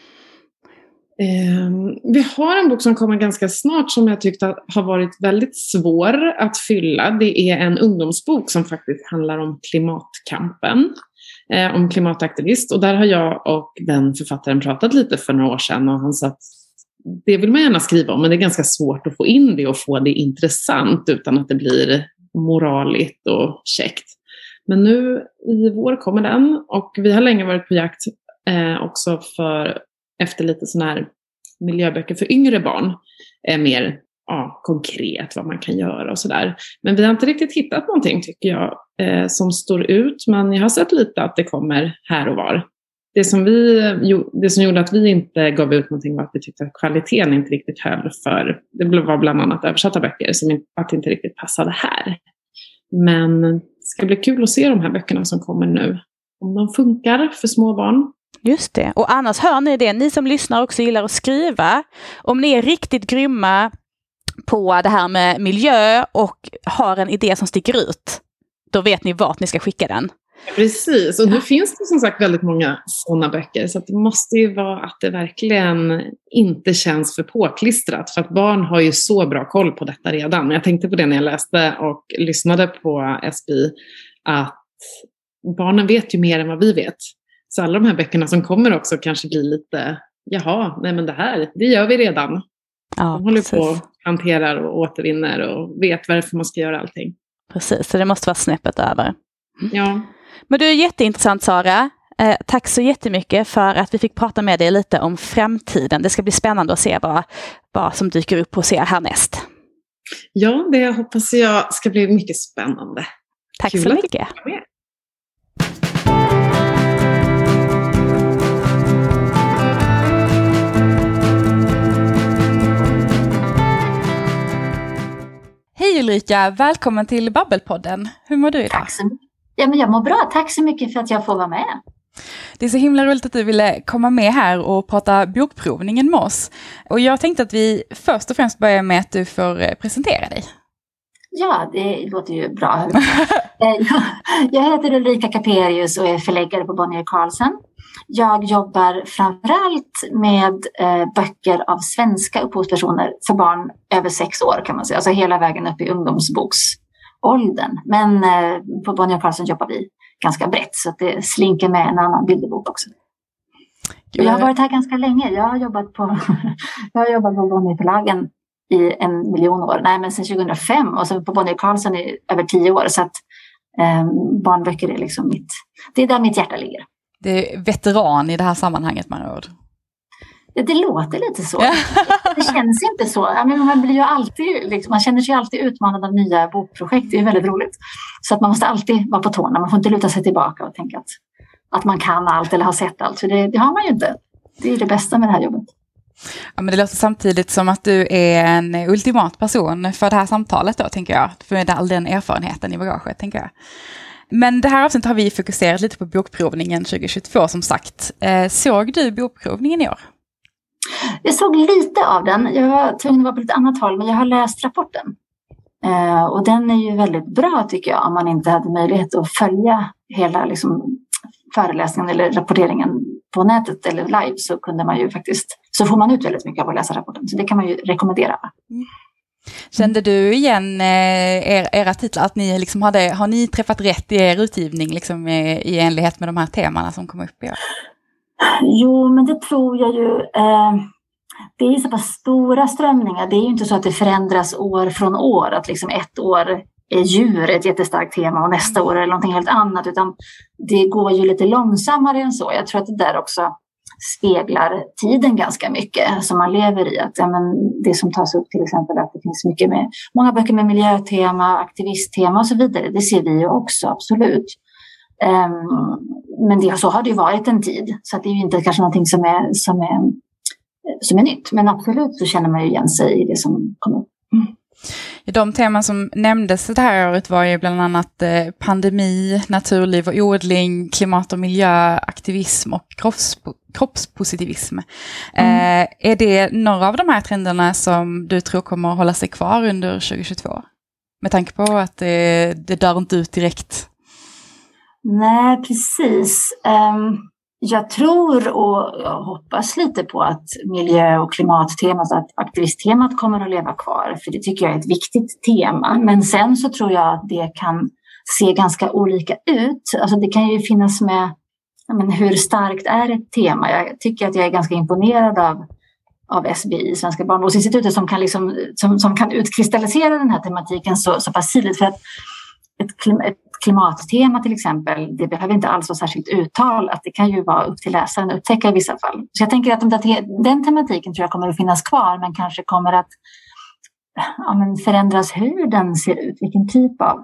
Vi har en bok som kommer ganska snart som jag tyckte har varit väldigt svår att fylla. Det är en ungdomsbok som faktiskt handlar om klimatkampen. om klimataktivist. Och där har jag och den författaren pratat lite för några år sedan. Och han sa att det vill man gärna skriva om, men det är ganska svårt att få in det och få det intressant utan att det blir moraligt och käckt. Men nu i vår kommer den, och vi har länge varit på jakt också efter lite sådana här miljöböcker för yngre barn. Mer konkret vad man kan göra och sådär. Men vi har inte riktigt hittat någonting, tycker jag, som står ut. Men jag har sett lite att det kommer här och var. Det som gjorde att vi inte gav ut någonting var att vi tyckte att kvaliteten inte riktigt höll för. Det var bland annat översatta böcker som att inte riktigt passade här. Men det ska bli kul att se de här böckerna som kommer nu. Om de funkar för små barn. Just det. Och annars hör ni det. Ni som lyssnar också gillar att skriva. Om ni är riktigt grymma på det här med miljö och har en idé som sticker ut, då vet ni vart ni ska skicka den. Precis, och nu finns det som sagt väldigt många sådana böcker, så att det måste ju vara att det verkligen inte känns för påklistrat, för att barn har ju så bra koll på detta redan. Jag tänkte på det när jag läste och lyssnade på SBI, att barnen vet ju mer än vad vi vet. Så alla de här böckerna som kommer också kanske blir lite, men det gör vi redan. Ja, de håller på och hanterar och återvinner och vet varför man ska göra allting. Precis, så det måste vara snäppet över. Ja. Men du är jätteintressant, Sara. Tack så jättemycket för att vi fick prata med dig lite om framtiden. Det ska bli spännande att se vad som dyker upp hos er härnäst. Ja, det hoppas jag ska bli mycket spännande. Tack så mycket. Hej Ulrika, välkommen till Babbelpodden. Hur mår du idag? Tack så mycket. Ja, men jag mår bra. Tack så mycket för att jag får vara med. Det är så himla roligt att du ville komma med här och prata bokprovningen med oss. Och jag tänkte att vi först och främst börjar med att du får presentera dig. Ja, det låter ju bra. Jag heter Ulrika Caperius och är förläggare på Bonnier Carlsen. Jag jobbar framförallt med böcker av svenska upphovspersoner för barn över 6 år, kan man säga. Alltså hela vägen upp i ungdomsboksåldern. Men på Bonnier Carlsen jobbar vi ganska brett, så att det slinker med en annan bilderbok också. Jag har varit här ganska länge. Jag har jobbat på Bonnier-förlagen i 1 miljon år. Nej, men sedan 2005, och så på Bonnier Carlsen i över 10 år. Så att barnböcker är liksom det är där mitt hjärta ligger. Det är veteran i det här sammanhanget, man ord. Det låter lite så. Det känns inte så. Man blir ju alltid, man känner sig alltid utmanad av nya bokprojekt. Det är väldigt roligt. Så att man måste alltid vara på tårna. Man får inte luta sig tillbaka och tänka att man kan allt eller har sett allt. För det har man ju inte. Det är det bästa med det här jobbet. Ja, men det låter samtidigt som att du är en ultimat person för det här samtalet då, tänker jag. För all den erfarenheten i bagaget, tänker jag. Men det här avsnittet har vi fokuserat lite på bokprovningen 2022, som sagt. Såg du bokprovningen i år? Jag såg lite av den. Jag var tvungen att vara på ett annat håll, men jag har läst rapporten. Och den är ju väldigt bra, tycker jag, om man inte hade möjlighet att följa hela föreläsningen eller rapporteringen på nätet eller live, så kunde man ju faktiskt, så får man ut väldigt mycket av att läsa rapporten. Så det kan man ju rekommendera. Kände du igen era titlar, att ni har ni träffat rätt i er utgivning i enlighet med de här temana som kom upp i år? Jo, men det tror jag ju. Det är så pass stora strömningar. Det är ju inte så att det förändras år från år. Att ett år är djur ett jättestarkt tema och nästa år är någonting helt annat. Utan det går ju lite långsammare än så. Jag tror att det där också speglar tiden ganska mycket som man lever i. Att, det som tas upp till exempel, att det finns många böcker med miljötema, aktivisttema och så vidare. Det ser vi ju också, absolut. Men så har det ju varit en tid. Så att det är ju inte kanske någonting som är nytt. Men absolut så känner man ju igen sig i det som kommer upp. De teman som nämndes det här året var ju bland annat pandemi, naturliv och odling, klimat och miljö, aktivism och kroppspositivism. Är det några av de här trenderna som du tror kommer att hålla sig kvar under 2022? Med tanke på att det dör inte ut direkt. Nej, precis. Jag tror och jag hoppas lite på att miljö- och klimattemat, att aktivisttemat kommer att leva kvar. För det tycker jag är ett viktigt tema. Men sen så tror jag att det kan se ganska olika ut. Alltså det kan ju finnas med men hur starkt är ett tema? Jag tycker att jag är ganska imponerad av SBI, Svenska barnboksinstitutet, som kan, som kan utkristallisera den här tematiken så pass tydligt. För att ett klimattema till exempel, det behöver inte alls vara särskilt uttalat. Det kan ju vara upp till läsaren att upptäcka i vissa fall. Så jag tänker att den tematiken tror jag kommer att finnas kvar, men kanske kommer att förändras hur den ser ut, vilken typ av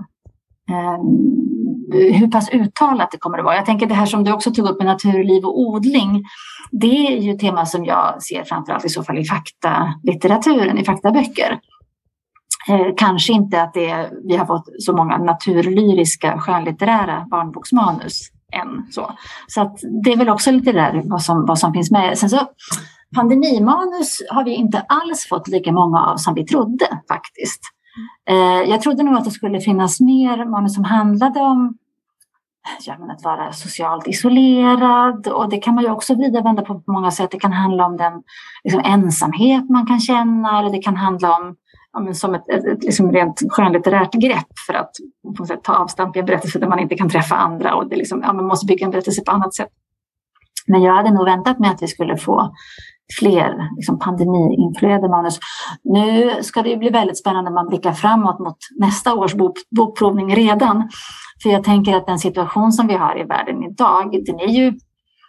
hur pass uttalat det kommer att vara. Jag tänker det här som du också tog upp med naturliv och odling, det är ju ett tema som jag ser framförallt i så fall i faktalitteraturen, i faktaböcker. Kanske inte att vi har fått så många naturlyriska skönlitterära barnboksmanus än. Så att det är väl också lite där vad som finns med. Sen så pandemimanus har vi inte alls fått lika många av som vi trodde faktiskt. Jag trodde nog att det skulle finnas mer manus som handlade om att vara socialt isolerad, och det kan man ju också vända på många sätt. Det kan handla om den ensamhet man kan känna, eller det kan handla om som ett rent skönlitterärt grepp för att på något sätt ta avstamp i en berättelse där man inte kan träffa andra, och det man måste bygga en berättelse på annat sätt. Men jag hade nog väntat mig att vi skulle få fler pandemi-influerade manus. Nu ska det bli väldigt spännande när man blickar framåt mot nästa års bokprovning redan. För jag tänker att den situation som vi har i världen idag, den är ju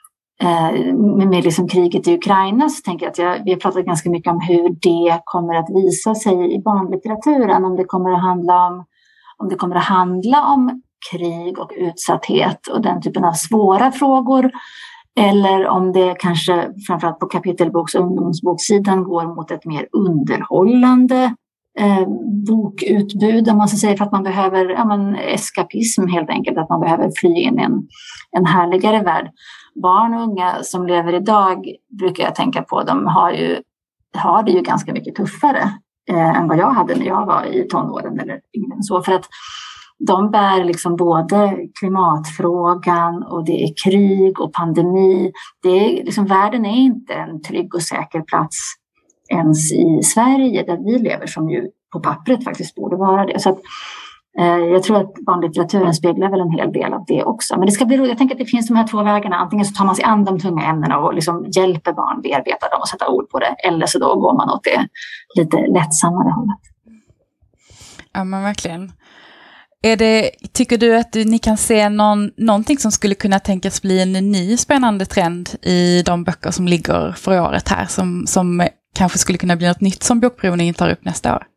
med kriget i Ukraina, så tänker jag att vi har pratat ganska mycket om hur det kommer att visa sig i barnlitteraturen. Om det kommer att handla om krig och utsatthet och den typen av svåra frågor, eller om det kanske framförallt på kapitelboks- och ungdomsboksidan går mot ett mer underhållande bokutbud, om man ska säga, för att man behöver eskapism helt enkelt, att man behöver fly in i en härligare värld. Barn och unga som lever idag, brukar jag tänka på, de har det ju ganska mycket tuffare än vad jag hade när jag var i tonåren eller yngre, så, för att de bär både klimatfrågan, och det är krig och pandemi. Det är världen är inte en trygg och säker plats ens i Sverige där vi lever, som ju på pappret faktiskt borde vara det. Så att, jag tror att barnlitteraturen speglar väl en hel del av det också. Men det ska bli roligt. Jag tänker att det finns de här två vägarna. Antingen så tar man sig an de tunga ämnena och hjälper barn bearbeta dem och sätta ord på det. Eller så då går man åt det lite lättsammare hållet. Ja, men verkligen. Tycker du att ni kan se någonting som skulle kunna tänkas bli en ny spännande trend i de böcker som ligger för året här, som kanske skulle kunna bli något nytt som bokprovningen tar upp nästa år?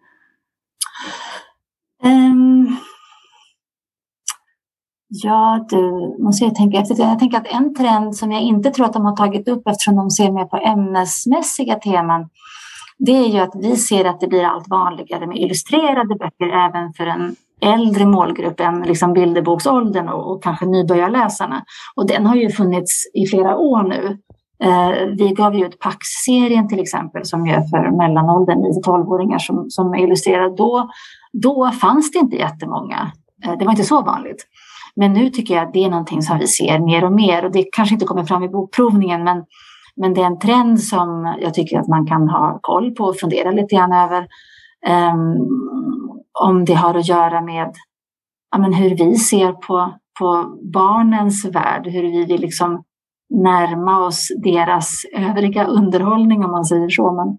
Måste jag tänka efter. Jag tänker att en trend som jag inte tror att de har tagit upp, eftersom de ser mer på ämnesmässiga teman, det är ju att vi ser att det blir allt vanligare med illustrerade böcker även för en äldre målgrupp än bilderboksåldern och kanske nybörjarläsarna. Och den har ju funnits i flera år nu. Vi gav ju ut Pax-serien till exempel, som gör för mellanåldern 9-12-åringar som är illustrerad. Då fanns det inte jättemånga. Det var inte så vanligt. Men nu tycker jag att det är någonting som vi ser mer och mer. Och det kanske inte kommer fram i bokprovningen, men det är en trend som jag tycker att man kan ha koll på och fundera lite grann över. Om det har att göra med hur vi ser på barnens värld, hur vi vill närma oss deras övriga underhållning, om man säger så.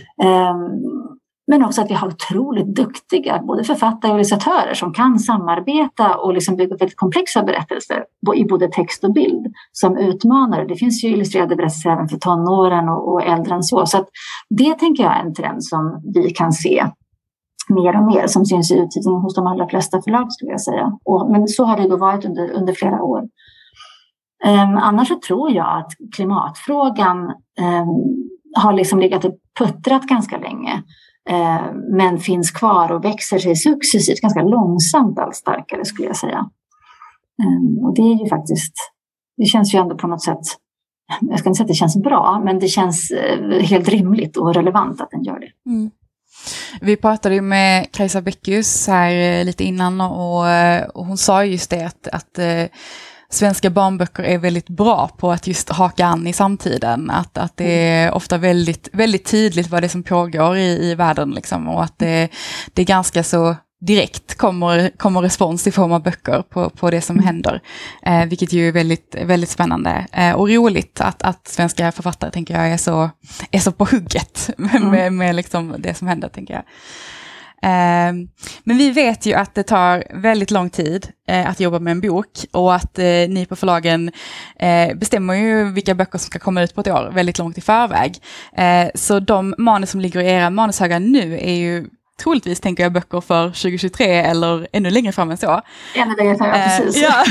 Men också att vi har otroligt duktiga både författare och illustratörer som kan samarbeta och bygga väldigt komplexa berättelser i både text och bild som utmanar. Det finns ju illustrerade berättelser även för tonåren och äldre än så. Så att det tänker jag är en trend som vi kan se mer och mer, som syns i utgivningen hos de allra flesta förlag, skulle jag säga. Men så har det då varit under flera år. Annars så tror jag att klimatfrågan har legat och puttrat ganska länge, men finns kvar och växer sig successivt, ganska långsamt allt starkare, skulle jag säga. Och det är ju faktiskt, det känns ju ändå på något sätt, jag ska inte säga att det känns bra, men det känns helt rimligt och relevant att den gör det. Mm. Vi pratade ju med Kajsa Beckius här lite innan, och hon sa just det att svenska barnböcker är väldigt bra på att just haka an i samtiden. Att det är ofta väldigt, väldigt tydligt vad det är som pågår i världen. Och att det är ganska så direkt kommer respons i form av böcker på det som händer. Vilket ju är väldigt, väldigt spännande. Och roligt att svenska författare, tänker jag, är så på hugget med liksom det som händer, tänker jag. Men vi vet ju att det tar väldigt lång tid att jobba med en bok, och att ni på förlagen bestämmer ju vilka böcker som ska komma ut på ett år väldigt långt i förväg. Så de manus som ligger i era manushögar nu är ju troligtvis, tänker jag, böcker för 2023 eller ännu längre fram än så. Ännu längre fram, precis. Ja.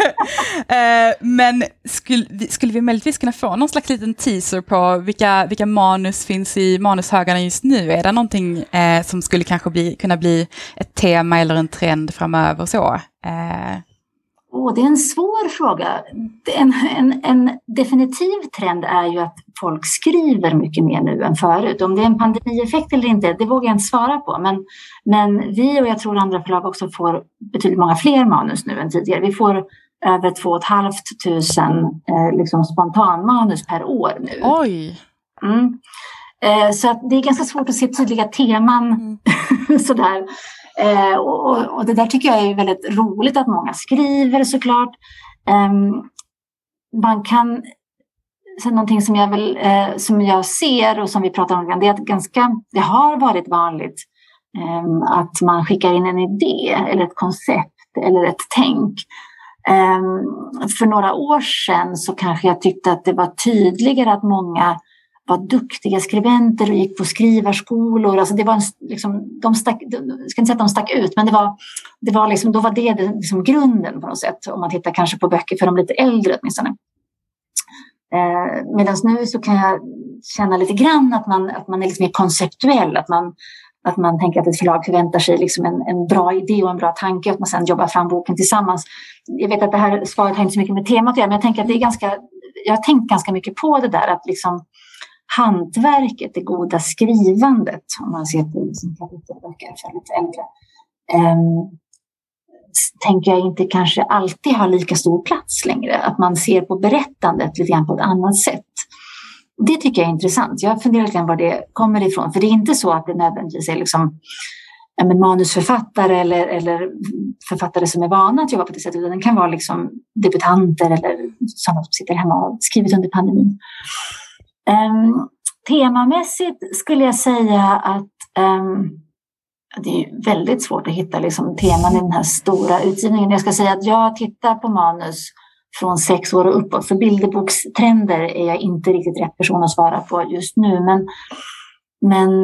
Men skulle vi möjligtvis kunna få någon slags liten teaser på vilka manus finns i manushögarna just nu? Är det någonting som skulle kanske kunna bli ett tema eller en trend framöver så? Det är en svår fråga. En definitiv trend är ju att folk skriver mycket mer nu än förut. Om det är en pandemieffekt eller inte, det vågar jag inte svara på. Men vi, och jag tror andra förlag också, får betydligt många fler manus nu än tidigare. Vi får över 2 500 liksom spontanmanus per år nu. Oj! Så att det är ganska svårt att se tydliga teman sådär. Och det där tycker jag är väldigt roligt, att många skriver, såklart. Man kan, så någonting som jag ser och som vi pratar om, det är att det har varit vanligt att man skickar in en idé eller ett koncept eller ett tänk. För några år sedan så kanske jag tyckte att det var tydligare att många var duktiga skribenter och gick på skrivarskolor. Alltså det var jag ska inte säga att de stack ut, men det var liksom, då var det liksom grunden på något sätt, om man tittar kanske på böcker för de lite äldre åtminstone. Medan nu så kan jag känna lite grann att man är lite mer konceptuell, att man tänker att ett förlag förväntar sig liksom en bra idé och en bra tanke, och att man sedan jobbar fram boken tillsammans. Jag vet att det här svaret har inte så mycket med temat att göra, men jag tänker att jag har tänkt ganska mycket på det där, att liksom hantverket, det goda skrivandet, om man ser på liksom kapitelböcker för lite äldre, tänker jag inte kanske alltid har lika stor plats längre. Att man ser på berättandet lite grann på ett annat sätt. Det tycker jag är intressant. Jag funderar lite grann var det kommer ifrån. För det är inte så att det nödvändigtvis är liksom manusförfattare eller författare som är vana att jobba på det sättet. Den kan vara liksom debutanter eller sådana som sitter hemma och skrivit under pandemin. Temamässigt skulle jag säga att det är väldigt svårt att hitta liksom teman i den här stora utgivningen. Jag ska säga att jag tittar på manus från 6 år och uppåt. För bilderbokstrender är jag inte riktigt rätt person att svara på just nu. Men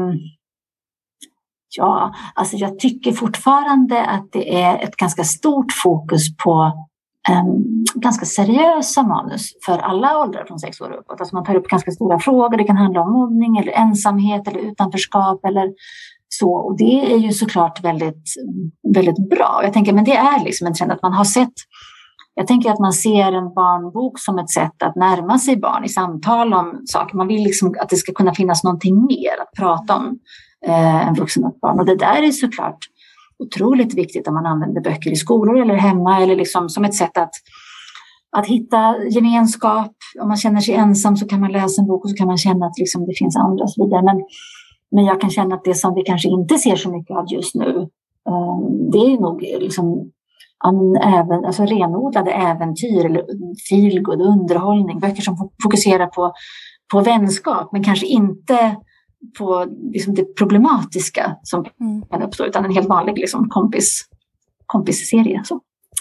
alltså jag tycker fortfarande att det är ett ganska stort fokus på ganska seriösa manus för alla åldrar från 6 år uppåt. Alltså man tar upp ganska stora frågor. Det kan handla om mobbning eller ensamhet eller utanförskap eller så. Och det är ju såklart väldigt, väldigt bra. Jag tänker, men det är liksom en trend att man har sett. Jag tänker att man ser en barnbok som ett sätt att närma sig barn i samtal om saker. Man vill liksom att det ska kunna finnas någonting mer att prata om än vuxen och barn. Och det där är såklart otroligt viktigt om man använder böcker i skolor eller hemma, eller liksom som ett sätt att hitta gemenskap. Om man känner sig ensam så kan man läsa en bok och så kan man känna att liksom det finns andra och så vidare. Men jag kan känna att det som vi kanske inte ser så mycket av just nu, det är nog liksom även, alltså renodlade äventyr eller feelgood, underhållning, böcker som fokuserar på vänskap, men kanske inte på liksom det problematiska som kan uppstå, utan en helt vanlig liksom kompisserie. Så.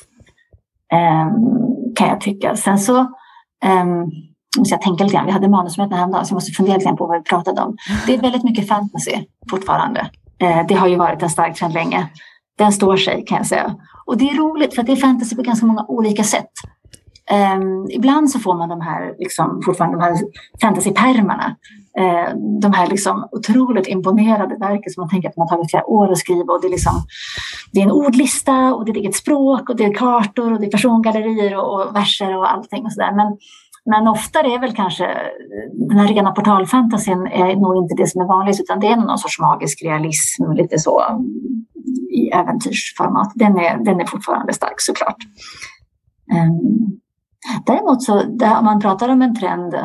Kan jag tycka. Sen så måste jag tänka lite grann. Vi hade manusmöten häromdagen så jag måste fundera lite på vad vi pratade om. Det är väldigt mycket fantasy fortfarande. Det har ju varit en stark trend länge. Den står sig, kan jag säga. Och det är roligt för att det är fantasy på ganska många olika sätt. Ibland så får man de här, liksom, fortfarande de här fantasypärmarna. De här liksom otroligt imponerade verken som man tänker att man har tagit flera år att skriva. Och det är en ordlista och det är eget språk och det är kartor och det är persongallerier och verser och allting och sådär. Men ofta är väl kanske den här rena portalfantasien är nog inte det som är vanligt, utan det är någon sorts magisk realism, lite så i äventyrsformat. Den är fortfarande stark, såklart. Däremot så, om man pratar om en trend att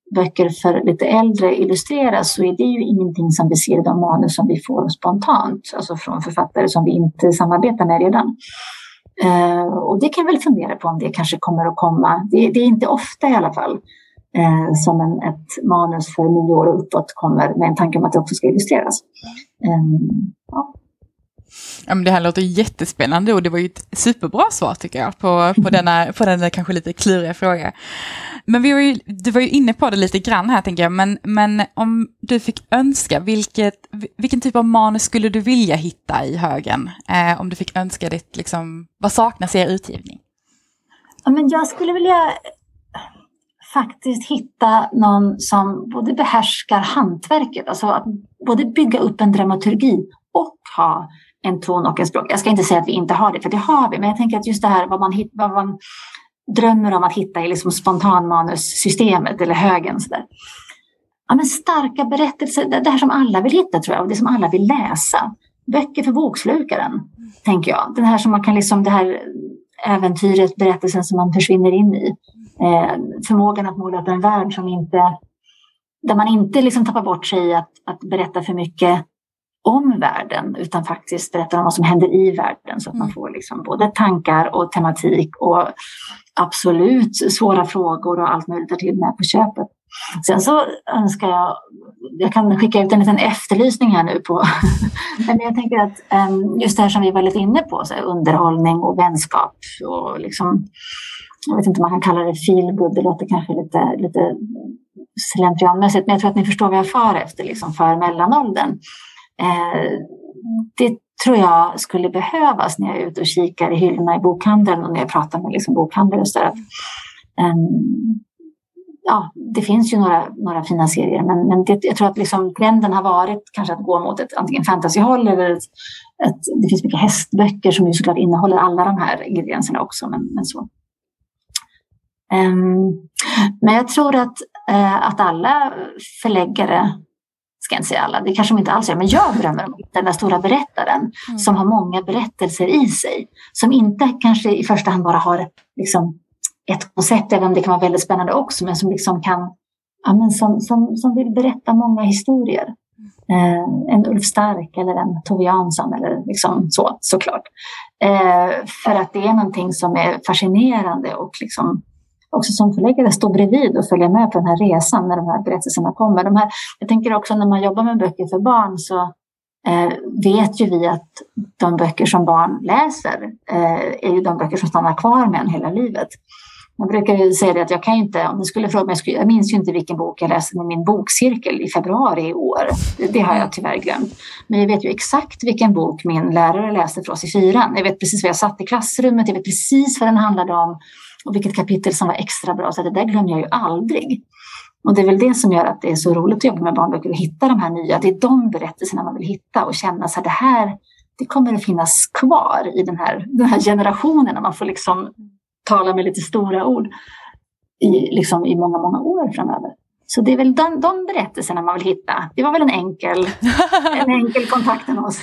böcker för lite äldre illustreras så är det ju ingenting som vi ser i de manus som vi får spontant, alltså från författare som vi inte samarbetar med redan. Och det kan jag väl fundera på om det kanske kommer att komma. Det är inte ofta i alla fall som ett manus för 9 år och uppåt kommer med en tanke om att det också ska illustreras. Ja. Ja, men det här låter jättespännande och det var ju ett superbra svar tycker jag på denna kanske lite kluriga fråga. Men du var ju inne på det lite grann här tänker jag, men om du fick önska, vilken typ av manus skulle du vilja hitta i högen? Om du fick önska ditt, liksom, vad saknas i er utgivning? Ja, men jag skulle vilja faktiskt hitta någon som både behärskar hantverket, alltså att både bygga upp en dramaturgi och ha en ton och en språk. Jag ska inte säga att vi inte har det, för det har vi. Men jag tänker att just det här vad man drömmer om att hitta i liksom spontanmanussystemet eller högen. Så där. Ja, men starka berättelser, det här som alla vill hitta tror jag. Och det som alla vill läsa. Böcker för bokslukaren, tänker jag. Den här som man kan liksom, det här äventyret, berättelsen som man försvinner in i. Förmågan att måla upp en värld som inte, där man inte liksom tappar bort sig i att berätta för mycket om världen, utan faktiskt berättar om vad som händer i världen så att man får liksom både tankar och tematik och absolut svåra frågor och allt möjligt till med på köpet. Sen så önskar jag kan skicka ut en liten efterlysning här nu på men jag tänker att just det här som vi var lite inne på, så här, underhållning och vänskap och liksom, jag vet inte om man kan kalla det feelgood, det låter kanske lite slentrianmässigt, men jag tror att ni förstår vad jag far efter liksom för mellanåldern. Det tror jag skulle behövas när jag är ute och kikar i hyllorna i bokhandeln och när jag pratar med liksom bokhandlare och så där. Ja, det finns ju några fina serier, men jag tror att liksom trenden har varit kanske att gå mot ett antingen fantasyhåll eller det finns mycket hästböcker som ju såklart innehåller alla de här ingredienserna också, men så. Men jag tror att alla förläggare, ska inte säga alla, det kanske de inte alls är, men jag drömmer om den där stora berättaren som har många berättelser i sig, som inte kanske i första hand bara har liksom ett koncept, även om det kan vara väldigt spännande också, men som liksom kan, ja, men som vill berätta många historier. En Ulf Stark eller en Tove Jansson eller liksom såklart. För att det är någonting som är fascinerande och liksom också som förläggare stå bredvid och följa med på den här resan när de här berättelserna kommer. Jag tänker också när man jobbar med böcker för barn så vet ju vi att de böcker som barn läser är ju de böcker som stannar kvar med en hela livet. Jag brukar ju säga det att jag kan inte, om du skulle fråga mig, jag minns ju inte vilken bok jag läste med min bokcirkel i februari i år. Det har jag tyvärr glömt. Men jag vet ju exakt vilken bok min lärare läste för oss i 4:an. Jag vet precis vad jag satt i klassrummet, jag vet precis vad den handlade om och vilket kapitel som var extra bra. Så det där glömmer jag ju aldrig. Och det är väl det som gör att det är så roligt att jobba med barnböcker och hitta de här nya. Det är de berättelserna man vill hitta och känna så här, det kommer att finnas kvar i den här generationen när man får liksom tala med lite stora ord i många, många år framöver. Så det är väl de berättelserna man vill hitta. Det var väl en enkel kontakt med oss.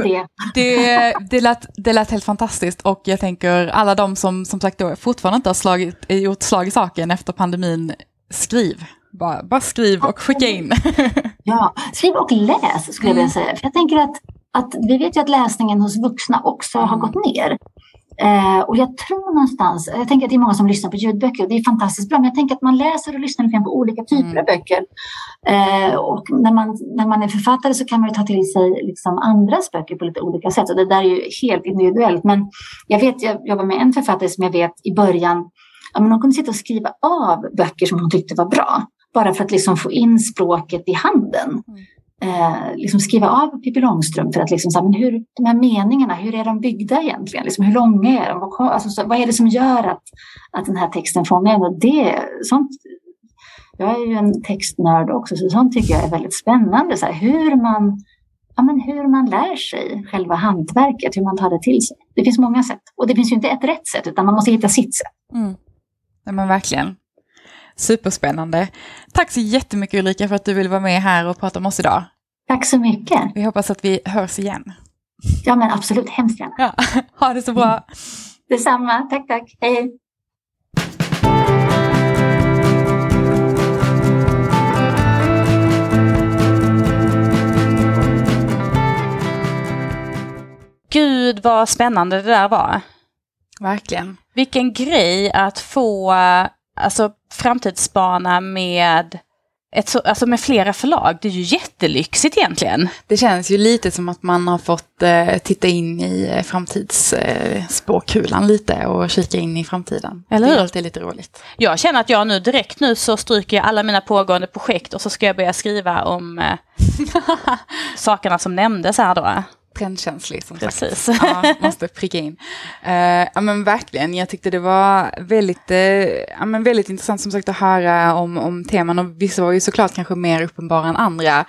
Det lät helt fantastiskt, och jag tänker alla de som sagt då fortfarande inte har gjort slag i saken efter pandemin, skriv. Bara skriv och skicka in. Ja, skriv och läs skulle jag vilja säga. För jag tänker att vi vet ju att läsningen hos vuxna också har gått ner. Och jag tror någonstans, jag tänker att det är många som lyssnar på ljudböcker och det är fantastiskt bra, men jag tänker att man läser och lyssnar på olika typer av böcker. Och när man är författare så kan man ju ta till sig liksom andras böcker på lite olika sätt, och det där är ju helt individuellt. Men jag jobbar med en författare som jag vet i början, hon kunde sitta och skriva av böcker som hon tyckte var bra, bara för att liksom få in språket i handen. Liksom skriva av Pippi Långstrump för att liksom säga, men hur, de här meningarna, hur är de byggda egentligen? Liksom, hur långa är de? Alltså, vad är det som gör att den här texten fångar? Och sånt, jag är ju en textnörd också, så sånt tycker jag är väldigt spännande. Så här, hur man lär sig själva hantverket, hur man tar det till sig. Det finns många sätt, och det finns ju inte ett rätt sätt, utan man måste hitta sitt sätt. Ja, men verkligen. Superspännande. Tack så jättemycket Ulrika för att du vill vara med här och prata om oss idag. Tack så mycket. Vi hoppas att vi hörs igen. Ja, men absolut, hemskt gärna. Ja, ha det så bra. Detsamma, tack. Hej. gud vad spännande det där var. Verkligen. Vilken grej att få framtidsspana med med flera förlag. Det är ju jättelyxigt egentligen. Det känns ju lite som att man har fått titta in i framtidsspåkulan lite och kika in i framtiden. Eller hur? Det är alltid lite roligt. Jag känner att jag direkt nu så stryker jag alla mina pågående projekt och så ska jag börja skriva om sakerna som nämndes här då. Trendkänslig som Precis. sagt. Ja, måste pricka in. Ja men verkligen, jag tyckte det var väldigt intressant som sagt att höra om teman, och vissa var ju såklart kanske mer uppenbara än andra.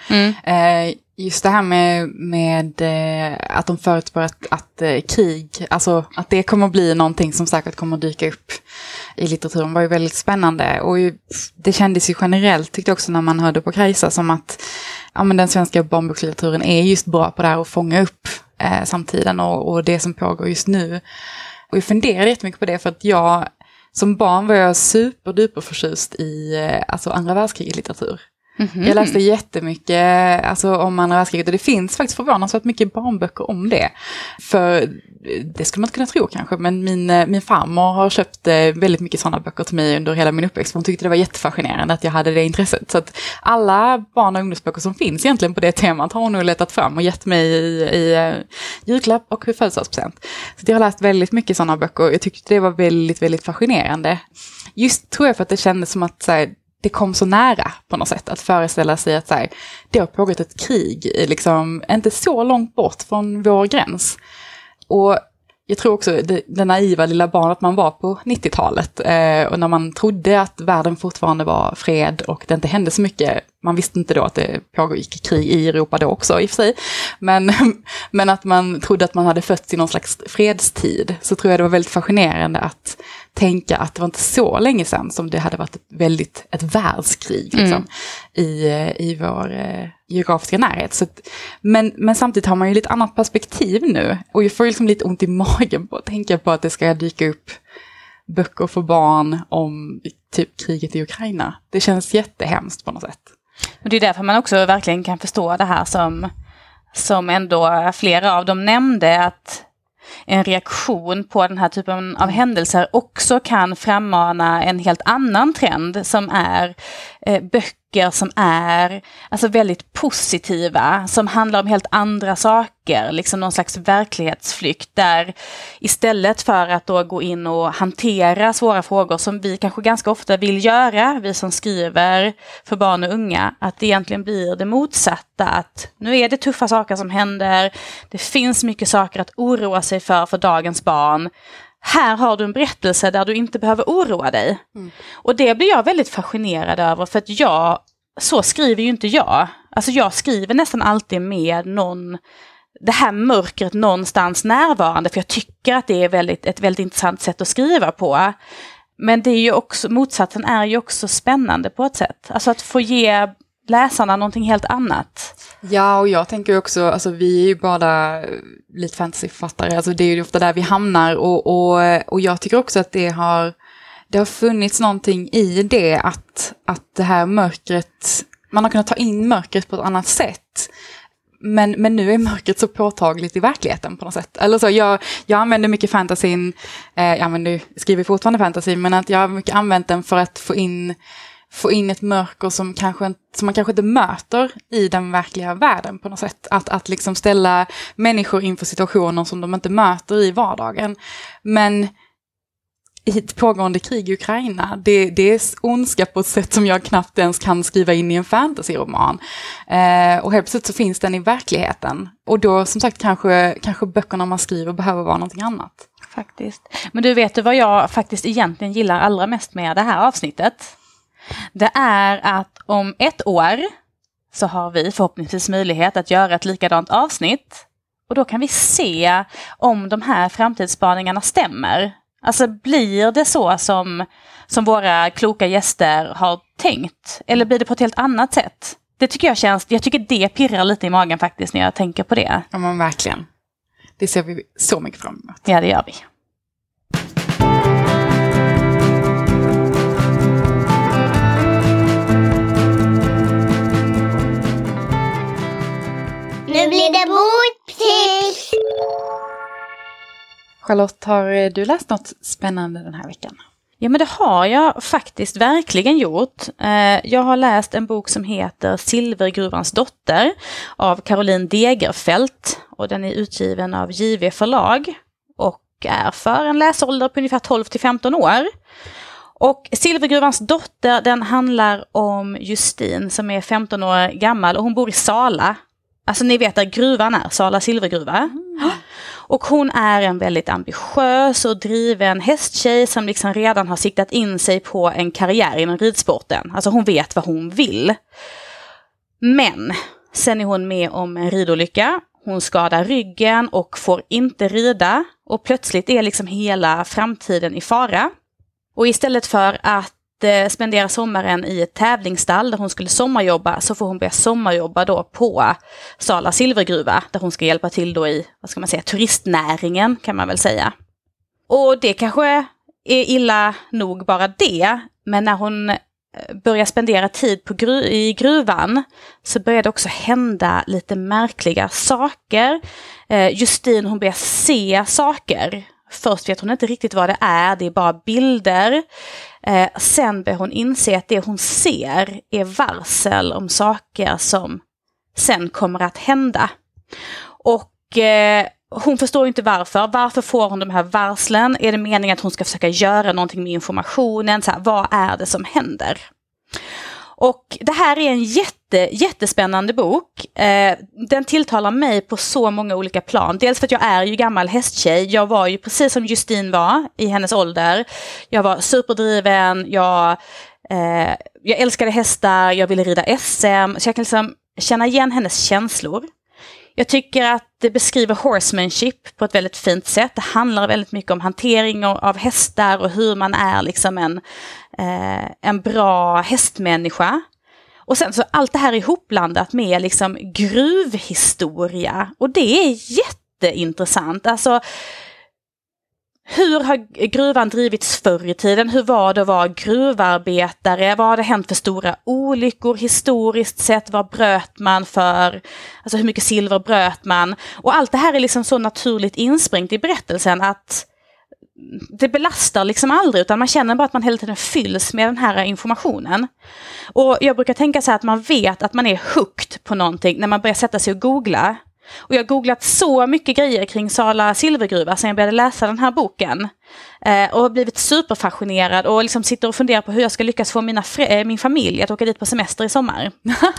Just det här med att de förutspår att krig, alltså att det kommer att bli någonting som säkert kommer att dyka upp i litteraturen var ju väldigt spännande, och det kändes ju generellt, tyckte jag också när man hörde på Kajsa, som att den svenska barnbokslitteraturen är just bra på det här att fånga upp samtiden och det som pågår just nu. Och jag funderade jättemycket på det, för att jag som barn var jag superduper förtjust i andra världskrigets litteratur. Jag läste jättemycket om andra världskriget, och det finns faktiskt förvånansvärt mycket barnböcker om det. För det skulle man inte kunna tro kanske, men min farmor har köpt väldigt mycket sådana böcker till mig under hela min uppväxt. Hon tyckte det var jättefascinerande att jag hade det intresset. Så att alla barn- och ungdomsböcker som finns egentligen på det temat har hon nog letat fram och gett mig i julklapp och födelsedagspresent. Så jag har läst väldigt mycket sådana böcker, och jag tyckte det var väldigt, väldigt fascinerande. Just tror jag för att det kändes som att det kom så nära på något sätt att föreställa sig att det har pågått ett krig liksom inte så långt bort från vår gräns. Och jag tror också det naiva lilla barnet man var på 90-talet och när man trodde att världen fortfarande var fred och det inte hände så mycket. Man visste inte då att det pågick krig i Europa då också i och för sig. Men att man trodde att man hade fötts i någon slags fredstid, så tror jag det var väldigt fascinerande att tänka att det var inte så länge sedan som det hade varit ett världskrig liksom, i vår geografiska närhet. Så men samtidigt har man ju lite annat perspektiv nu, och jag får liksom lite ont i magen på att tänka på att det ska dyka upp böcker för barn om typ kriget i Ukraina. Det känns jättehemskt på något sätt. Och det är därför man också verkligen kan förstå det här som ändå flera av dem nämnde, att en reaktion på den här typen av händelser också kan frammana en helt annan trend, som är böcker som är väldigt positiva, som handlar om helt andra saker, liksom någon slags verklighetsflykt, där istället för att då gå in och hantera svåra frågor som vi kanske ganska ofta vill göra, vi som skriver för barn och unga, att det egentligen blir det motsatta, att nu är det tuffa saker som händer, det finns mycket saker att oroa sig för dagens barn. Här har du en berättelse där du inte behöver oroa dig. Och det blir jag väldigt fascinerad över, för att så skriver ju inte jag. Alltså jag skriver nästan alltid med det här mörkret någonstans närvarande, för jag tycker att det är ett väldigt intressant sätt att skriva på. Men det är ju också, motsatsen är ju också spännande på ett sätt. Alltså att få ge läsarna någonting helt annat. Ja, och jag tänker också, vi är ju bara lite fantasyförfattare, det är ju ofta där vi hamnar, och jag tycker också att det har funnits någonting i det, att det här mörkret, man har kunnat ta in mörkret på ett annat sätt. Men nu är mörkret så påtagligt i verkligheten på något sätt. Eller så, jag använder mycket fantasyn, skriver fortfarande fantasy, men att jag har mycket använt den för att få in ett mörker som man kanske inte möter i den verkliga världen på något sätt. Att liksom ställa människor inför situationer som de inte möter i vardagen. Men i ett pågående krig i Ukraina, det är ondska på ett sätt som jag knappt ens kan skriva in i en fantasyroman. Och helt plötsligt så finns den i verkligheten. Och då som sagt kanske böckerna man skriver behöver vara någonting annat. Faktiskt. Men du vet vad jag faktiskt egentligen gillar allra mest med det här avsnittet? Det är att om 1 år så har vi förhoppningsvis möjlighet att göra ett likadant avsnitt. Och då kan vi se om de här framtidsspaningarna stämmer. Alltså blir det så som våra kloka gäster har tänkt? Eller blir det på ett helt annat sätt? Det tycker jag tycker det pirrar lite i magen faktiskt när jag tänker på det. Ja men verkligen. Det ser vi så mycket fram emot. Ja, det gör vi. Nu blir det boktips! Charlotte, har du läst något spännande den här veckan? Ja, men det har jag faktiskt verkligen gjort. Jag har läst en bok som heter Silvergruvans dotter av Caroline Degerfelt. Och den är utgiven av JV förlag och är för en läsålder på ungefär 12-15 år. Och Silvergruvans dotter, den handlar om Justine som är 15 år gammal och hon bor i Sala. Alltså ni vet där gruvan är, Sala silvergruva. Och hon är en väldigt ambitiös och driven hästtjej som liksom redan har siktat in sig på en karriär inom ridsporten. Alltså hon vet vad hon vill. Men sen är hon med om en ridolycka. Hon skadar ryggen och får inte rida. Och plötsligt är liksom hela framtiden i fara. Och istället för att spendera sommaren i ett tävlingsstall där hon skulle sommarjobba, så får hon börja sommarjobba då på Sala silvergruva där hon ska hjälpa till då i, vad ska man säga, turistnäringen kan man väl säga. Och det kanske är illa nog bara det, men när hon börjar spendera tid i gruvan så börjar det också hända lite märkliga saker. Justine, hon börjar se saker. Först vet hon inte riktigt vad det är bara bilder. Sen börjar hon inse att det hon ser är varsel om saker som sen kommer att hända. Och hon förstår inte varför. Varför får hon de här varslen? Är det meningen att hon ska försöka göra någonting med informationen? Så här, vad är det som händer? Och det här är en jättespännande bok. Den tilltalar mig på så många olika plan. Dels för att jag är ju gammal hästtjej. Jag var ju precis som Justine var i hennes ålder. Jag var superdriven. Jag älskade hästar. Jag ville rida SM. Så jag kan liksom känna igen hennes känslor. Jag tycker att det beskriver horsemanship på ett väldigt fint sätt. Det handlar väldigt mycket om hantering av hästar och hur man är liksom en bra hästmänniska. Och sen så allt det här ihopblandat med liksom gruvhistoria. Och det är jätteintressant. Alltså, hur har gruvan drivits förr i tiden? Hur var det att vara gruvarbetare? Vad har det hänt för stora olyckor historiskt sett? Vad bröt man för? Alltså hur mycket silver bröt man? Och allt det här är liksom så naturligt insprängt i berättelsen att det belastar liksom aldrig, utan man känner bara att man hela tiden fylls med den här informationen. Och jag brukar tänka så här att man vet att man är hooked på någonting när man börjar sätta sig och googla. Och jag har googlat så mycket grejer kring Sala silvergruva sen jag började läsa den här boken. Och har blivit superfascinerad och liksom sitter och funderar på hur jag ska lyckas få min familj att åka dit på semester i sommar.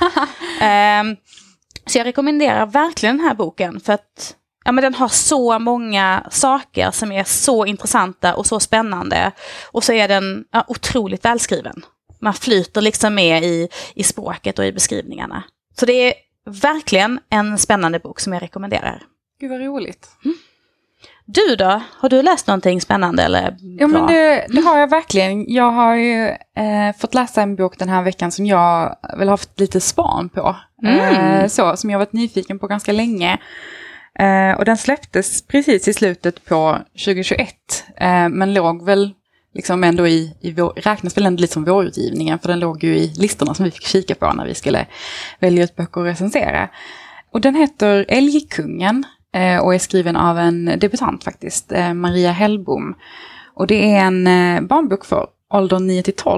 Så jag rekommenderar verkligen den här boken för att men den har så många saker som är så intressanta och så spännande. Och så är den otroligt välskriven. Man flyter liksom med i språket och i beskrivningarna. Så det är verkligen en spännande bok som jag rekommenderar. Gud vad roligt. Du då? Har du läst någonting spännande eller bra? Ja, men det har jag verkligen. Jag har ju fått läsa en bok den här veckan som jag väl har haft lite span på. Som jag varit nyfiken på ganska länge. Och den släpptes precis i slutet på 2021. Men låg väl liksom ändå räknas väl ändå lite som vårutgivningen. För den låg ju i listorna som vi fick kika på när vi skulle välja ut böcker och recensera. Och den heter Älgkungen och är skriven av en debutant faktiskt, Maria Hellbom. Och det är en barnbok för åldern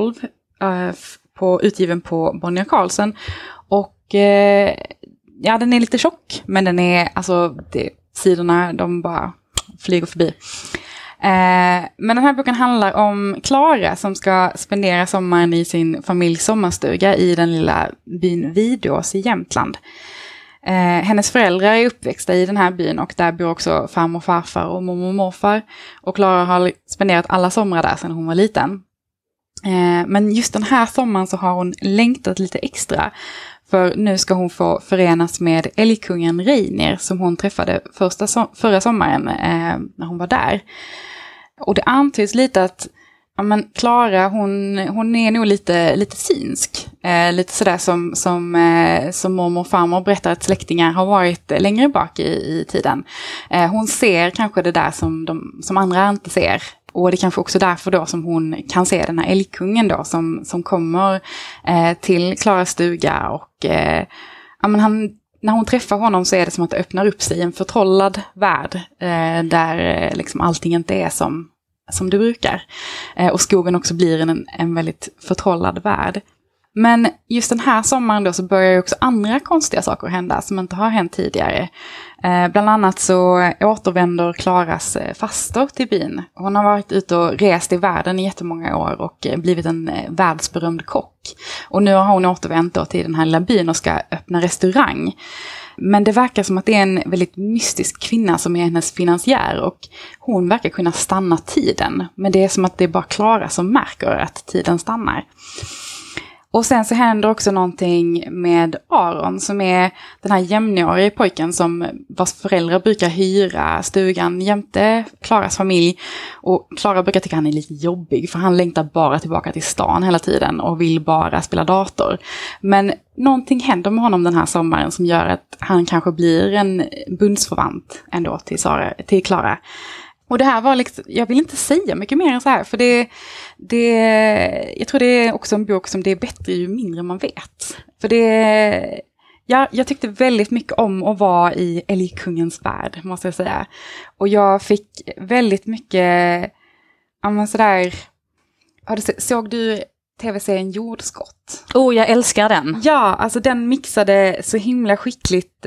9-12 utgiven på Bonnier Carlsen. Och den är lite tjock, men den är, sidorna de bara flyger förbi. Men den här boken handlar om Klara som ska spendera sommaren i sin familjs sommarstuga i den lilla byn Vidås i Jämtland. Hennes föräldrar är uppväxta i den här byn och där bor också farmor och farfar och mormor och morfar. Och Klara har spenderat alla somrar där sedan hon var liten. Men just den här sommaren så har hon längtat lite extra. För nu ska hon få förenas med älgkungen Reiner som hon träffade förra sommaren när hon var där. Och det antyds lite att Klara hon är nog lite synsk. Lite sådär som mormor och farmor berättar att släktingar har varit längre bak i tiden. Hon ser kanske det där som andra inte ser. Och det är kanske också därför då som hon kan se den här älgkungen då som kommer till Klaras stuga och när hon träffar honom så är det som att det öppnar upp sig en förtrollad värld där liksom allting inte är som det brukar. Och skogen också blir en väldigt förtrollad värld. Men just den här sommaren då så börjar ju också andra konstiga saker hända som inte har hänt tidigare. Bland annat så återvänder Klaras faster till byn. Hon har varit ute och rest i världen i jättemånga år och blivit en världsberömd kock. Och nu har hon återvänt då till den här lilla byn och ska öppna restaurang. Men det verkar som att det är en väldigt mystisk kvinna som är hennes finansiär och hon verkar kunna stanna tiden. Men det är som att det är bara Klara som märker att tiden stannar. Och sen så händer också någonting med Aron som är den här jämnåriga pojken vars föräldrar brukar hyra stugan jämte Klaras familj. Och Klara brukar tycka att han är lite jobbig för han längtar bara tillbaka till stan hela tiden och vill bara spela dator. Men någonting händer med honom den här sommaren som gör att han kanske blir en bundsförvant ändå till Klara. Och det här var liksom, jag vill inte säga mycket mer än så här, för jag tror det är också en bok som det är bättre ju mindre man vet. För jag tyckte väldigt mycket om att vara i Älgkungens värld, måste jag säga. Och jag fick väldigt mycket, såg du tv-serien Jordskott? Jag älskar den. Ja, alltså den mixade så himla skickligt,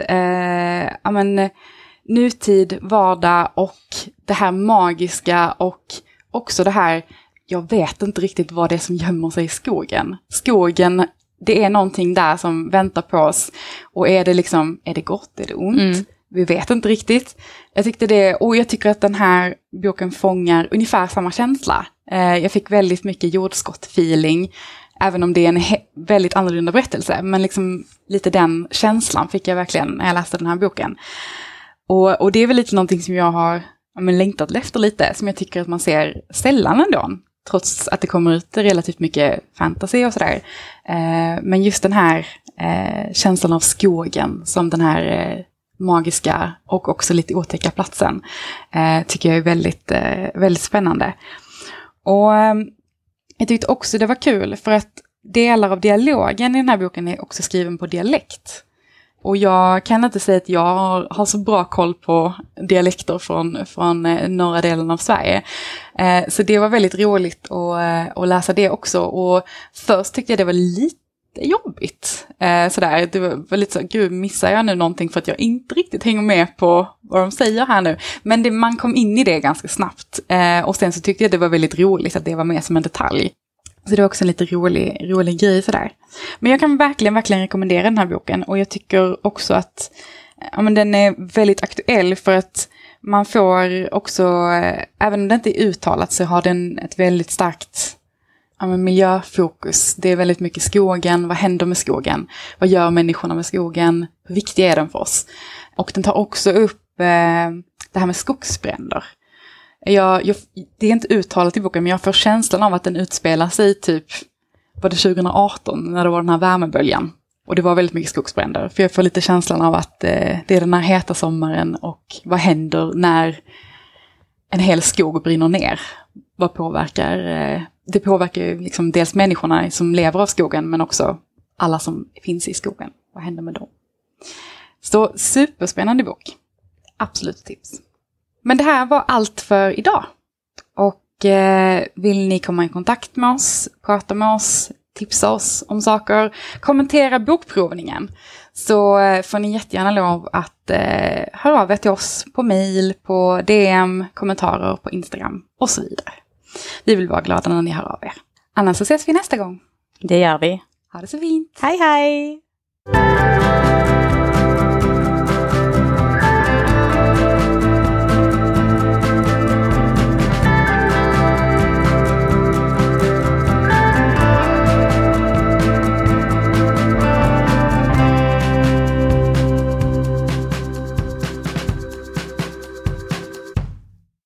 nutid, vardag och det här magiska och också det här, jag vet inte riktigt vad det är som gömmer sig i skogen. Skogen, det är någonting där som väntar på oss och är det gott, är det ont? Vi vet inte riktigt. Jag tycker att den här boken fångar ungefär samma känsla. Jag fick väldigt mycket jordskott-feeling, även om det är en väldigt annorlunda berättelse, men liksom lite den känslan fick jag verkligen när jag läste den här boken. Och det är väl lite någonting som jag har längtat efter lite, som jag tycker att man ser sällan ändå, trots att det kommer ut relativt mycket fantasy och sådär. Men just den här känslan av skogen som den här magiska och också lite otäcka platsen tycker jag är väldigt, väldigt spännande. Och jag tyckte också det var kul för att delar av dialogen i den här boken är också skriven på dialekt. Och jag kan inte säga att jag har så bra koll på dialekter från norra delen av Sverige. Så det var väldigt roligt att läsa det också. Och först tyckte jag det var lite jobbigt. Det var lite så, gud, missar jag nu någonting för att jag inte riktigt hänger med på vad de säger här nu. Men man kom in i det ganska snabbt. Och sen så tyckte jag det var väldigt roligt att det var med som en detalj. Så det var också en lite rolig grej sådär. Men jag kan verkligen rekommendera den här boken. Och jag tycker också att den är väldigt aktuell för att man får också, även om det inte är uttalat så har den ett väldigt starkt miljöfokus. Det är väldigt mycket skogen. Vad händer med skogen? Vad gör människorna med skogen? Hur viktig är den för oss? Och den tar också upp det här med skogsbränder. Det är inte uttalat i boken, men jag får känslan av att den utspelar sig var det 2018 när det var den här värmeböljan. Och det var väldigt mycket skogsbränder. För jag får lite känslan av att det är den här heta sommaren och vad händer när en hel skog brinner ner? Vad påverkar? Det påverkar ju liksom dels människorna som lever av skogen men också alla som finns i skogen. Vad händer med dem? Så superspännande bok. Absolut tips. Men det här var allt för idag. Och vill ni komma i kontakt med oss, prata med oss, tipsa oss om saker, kommentera bokprovningen, så får ni jättegärna lov att höra av er till oss på mail, på DM, kommentarer på Instagram och så vidare. Vi vill vara glada när ni hör av er. Annars så ses vi nästa gång. Det gör vi. Ha det så fint. Hej hej!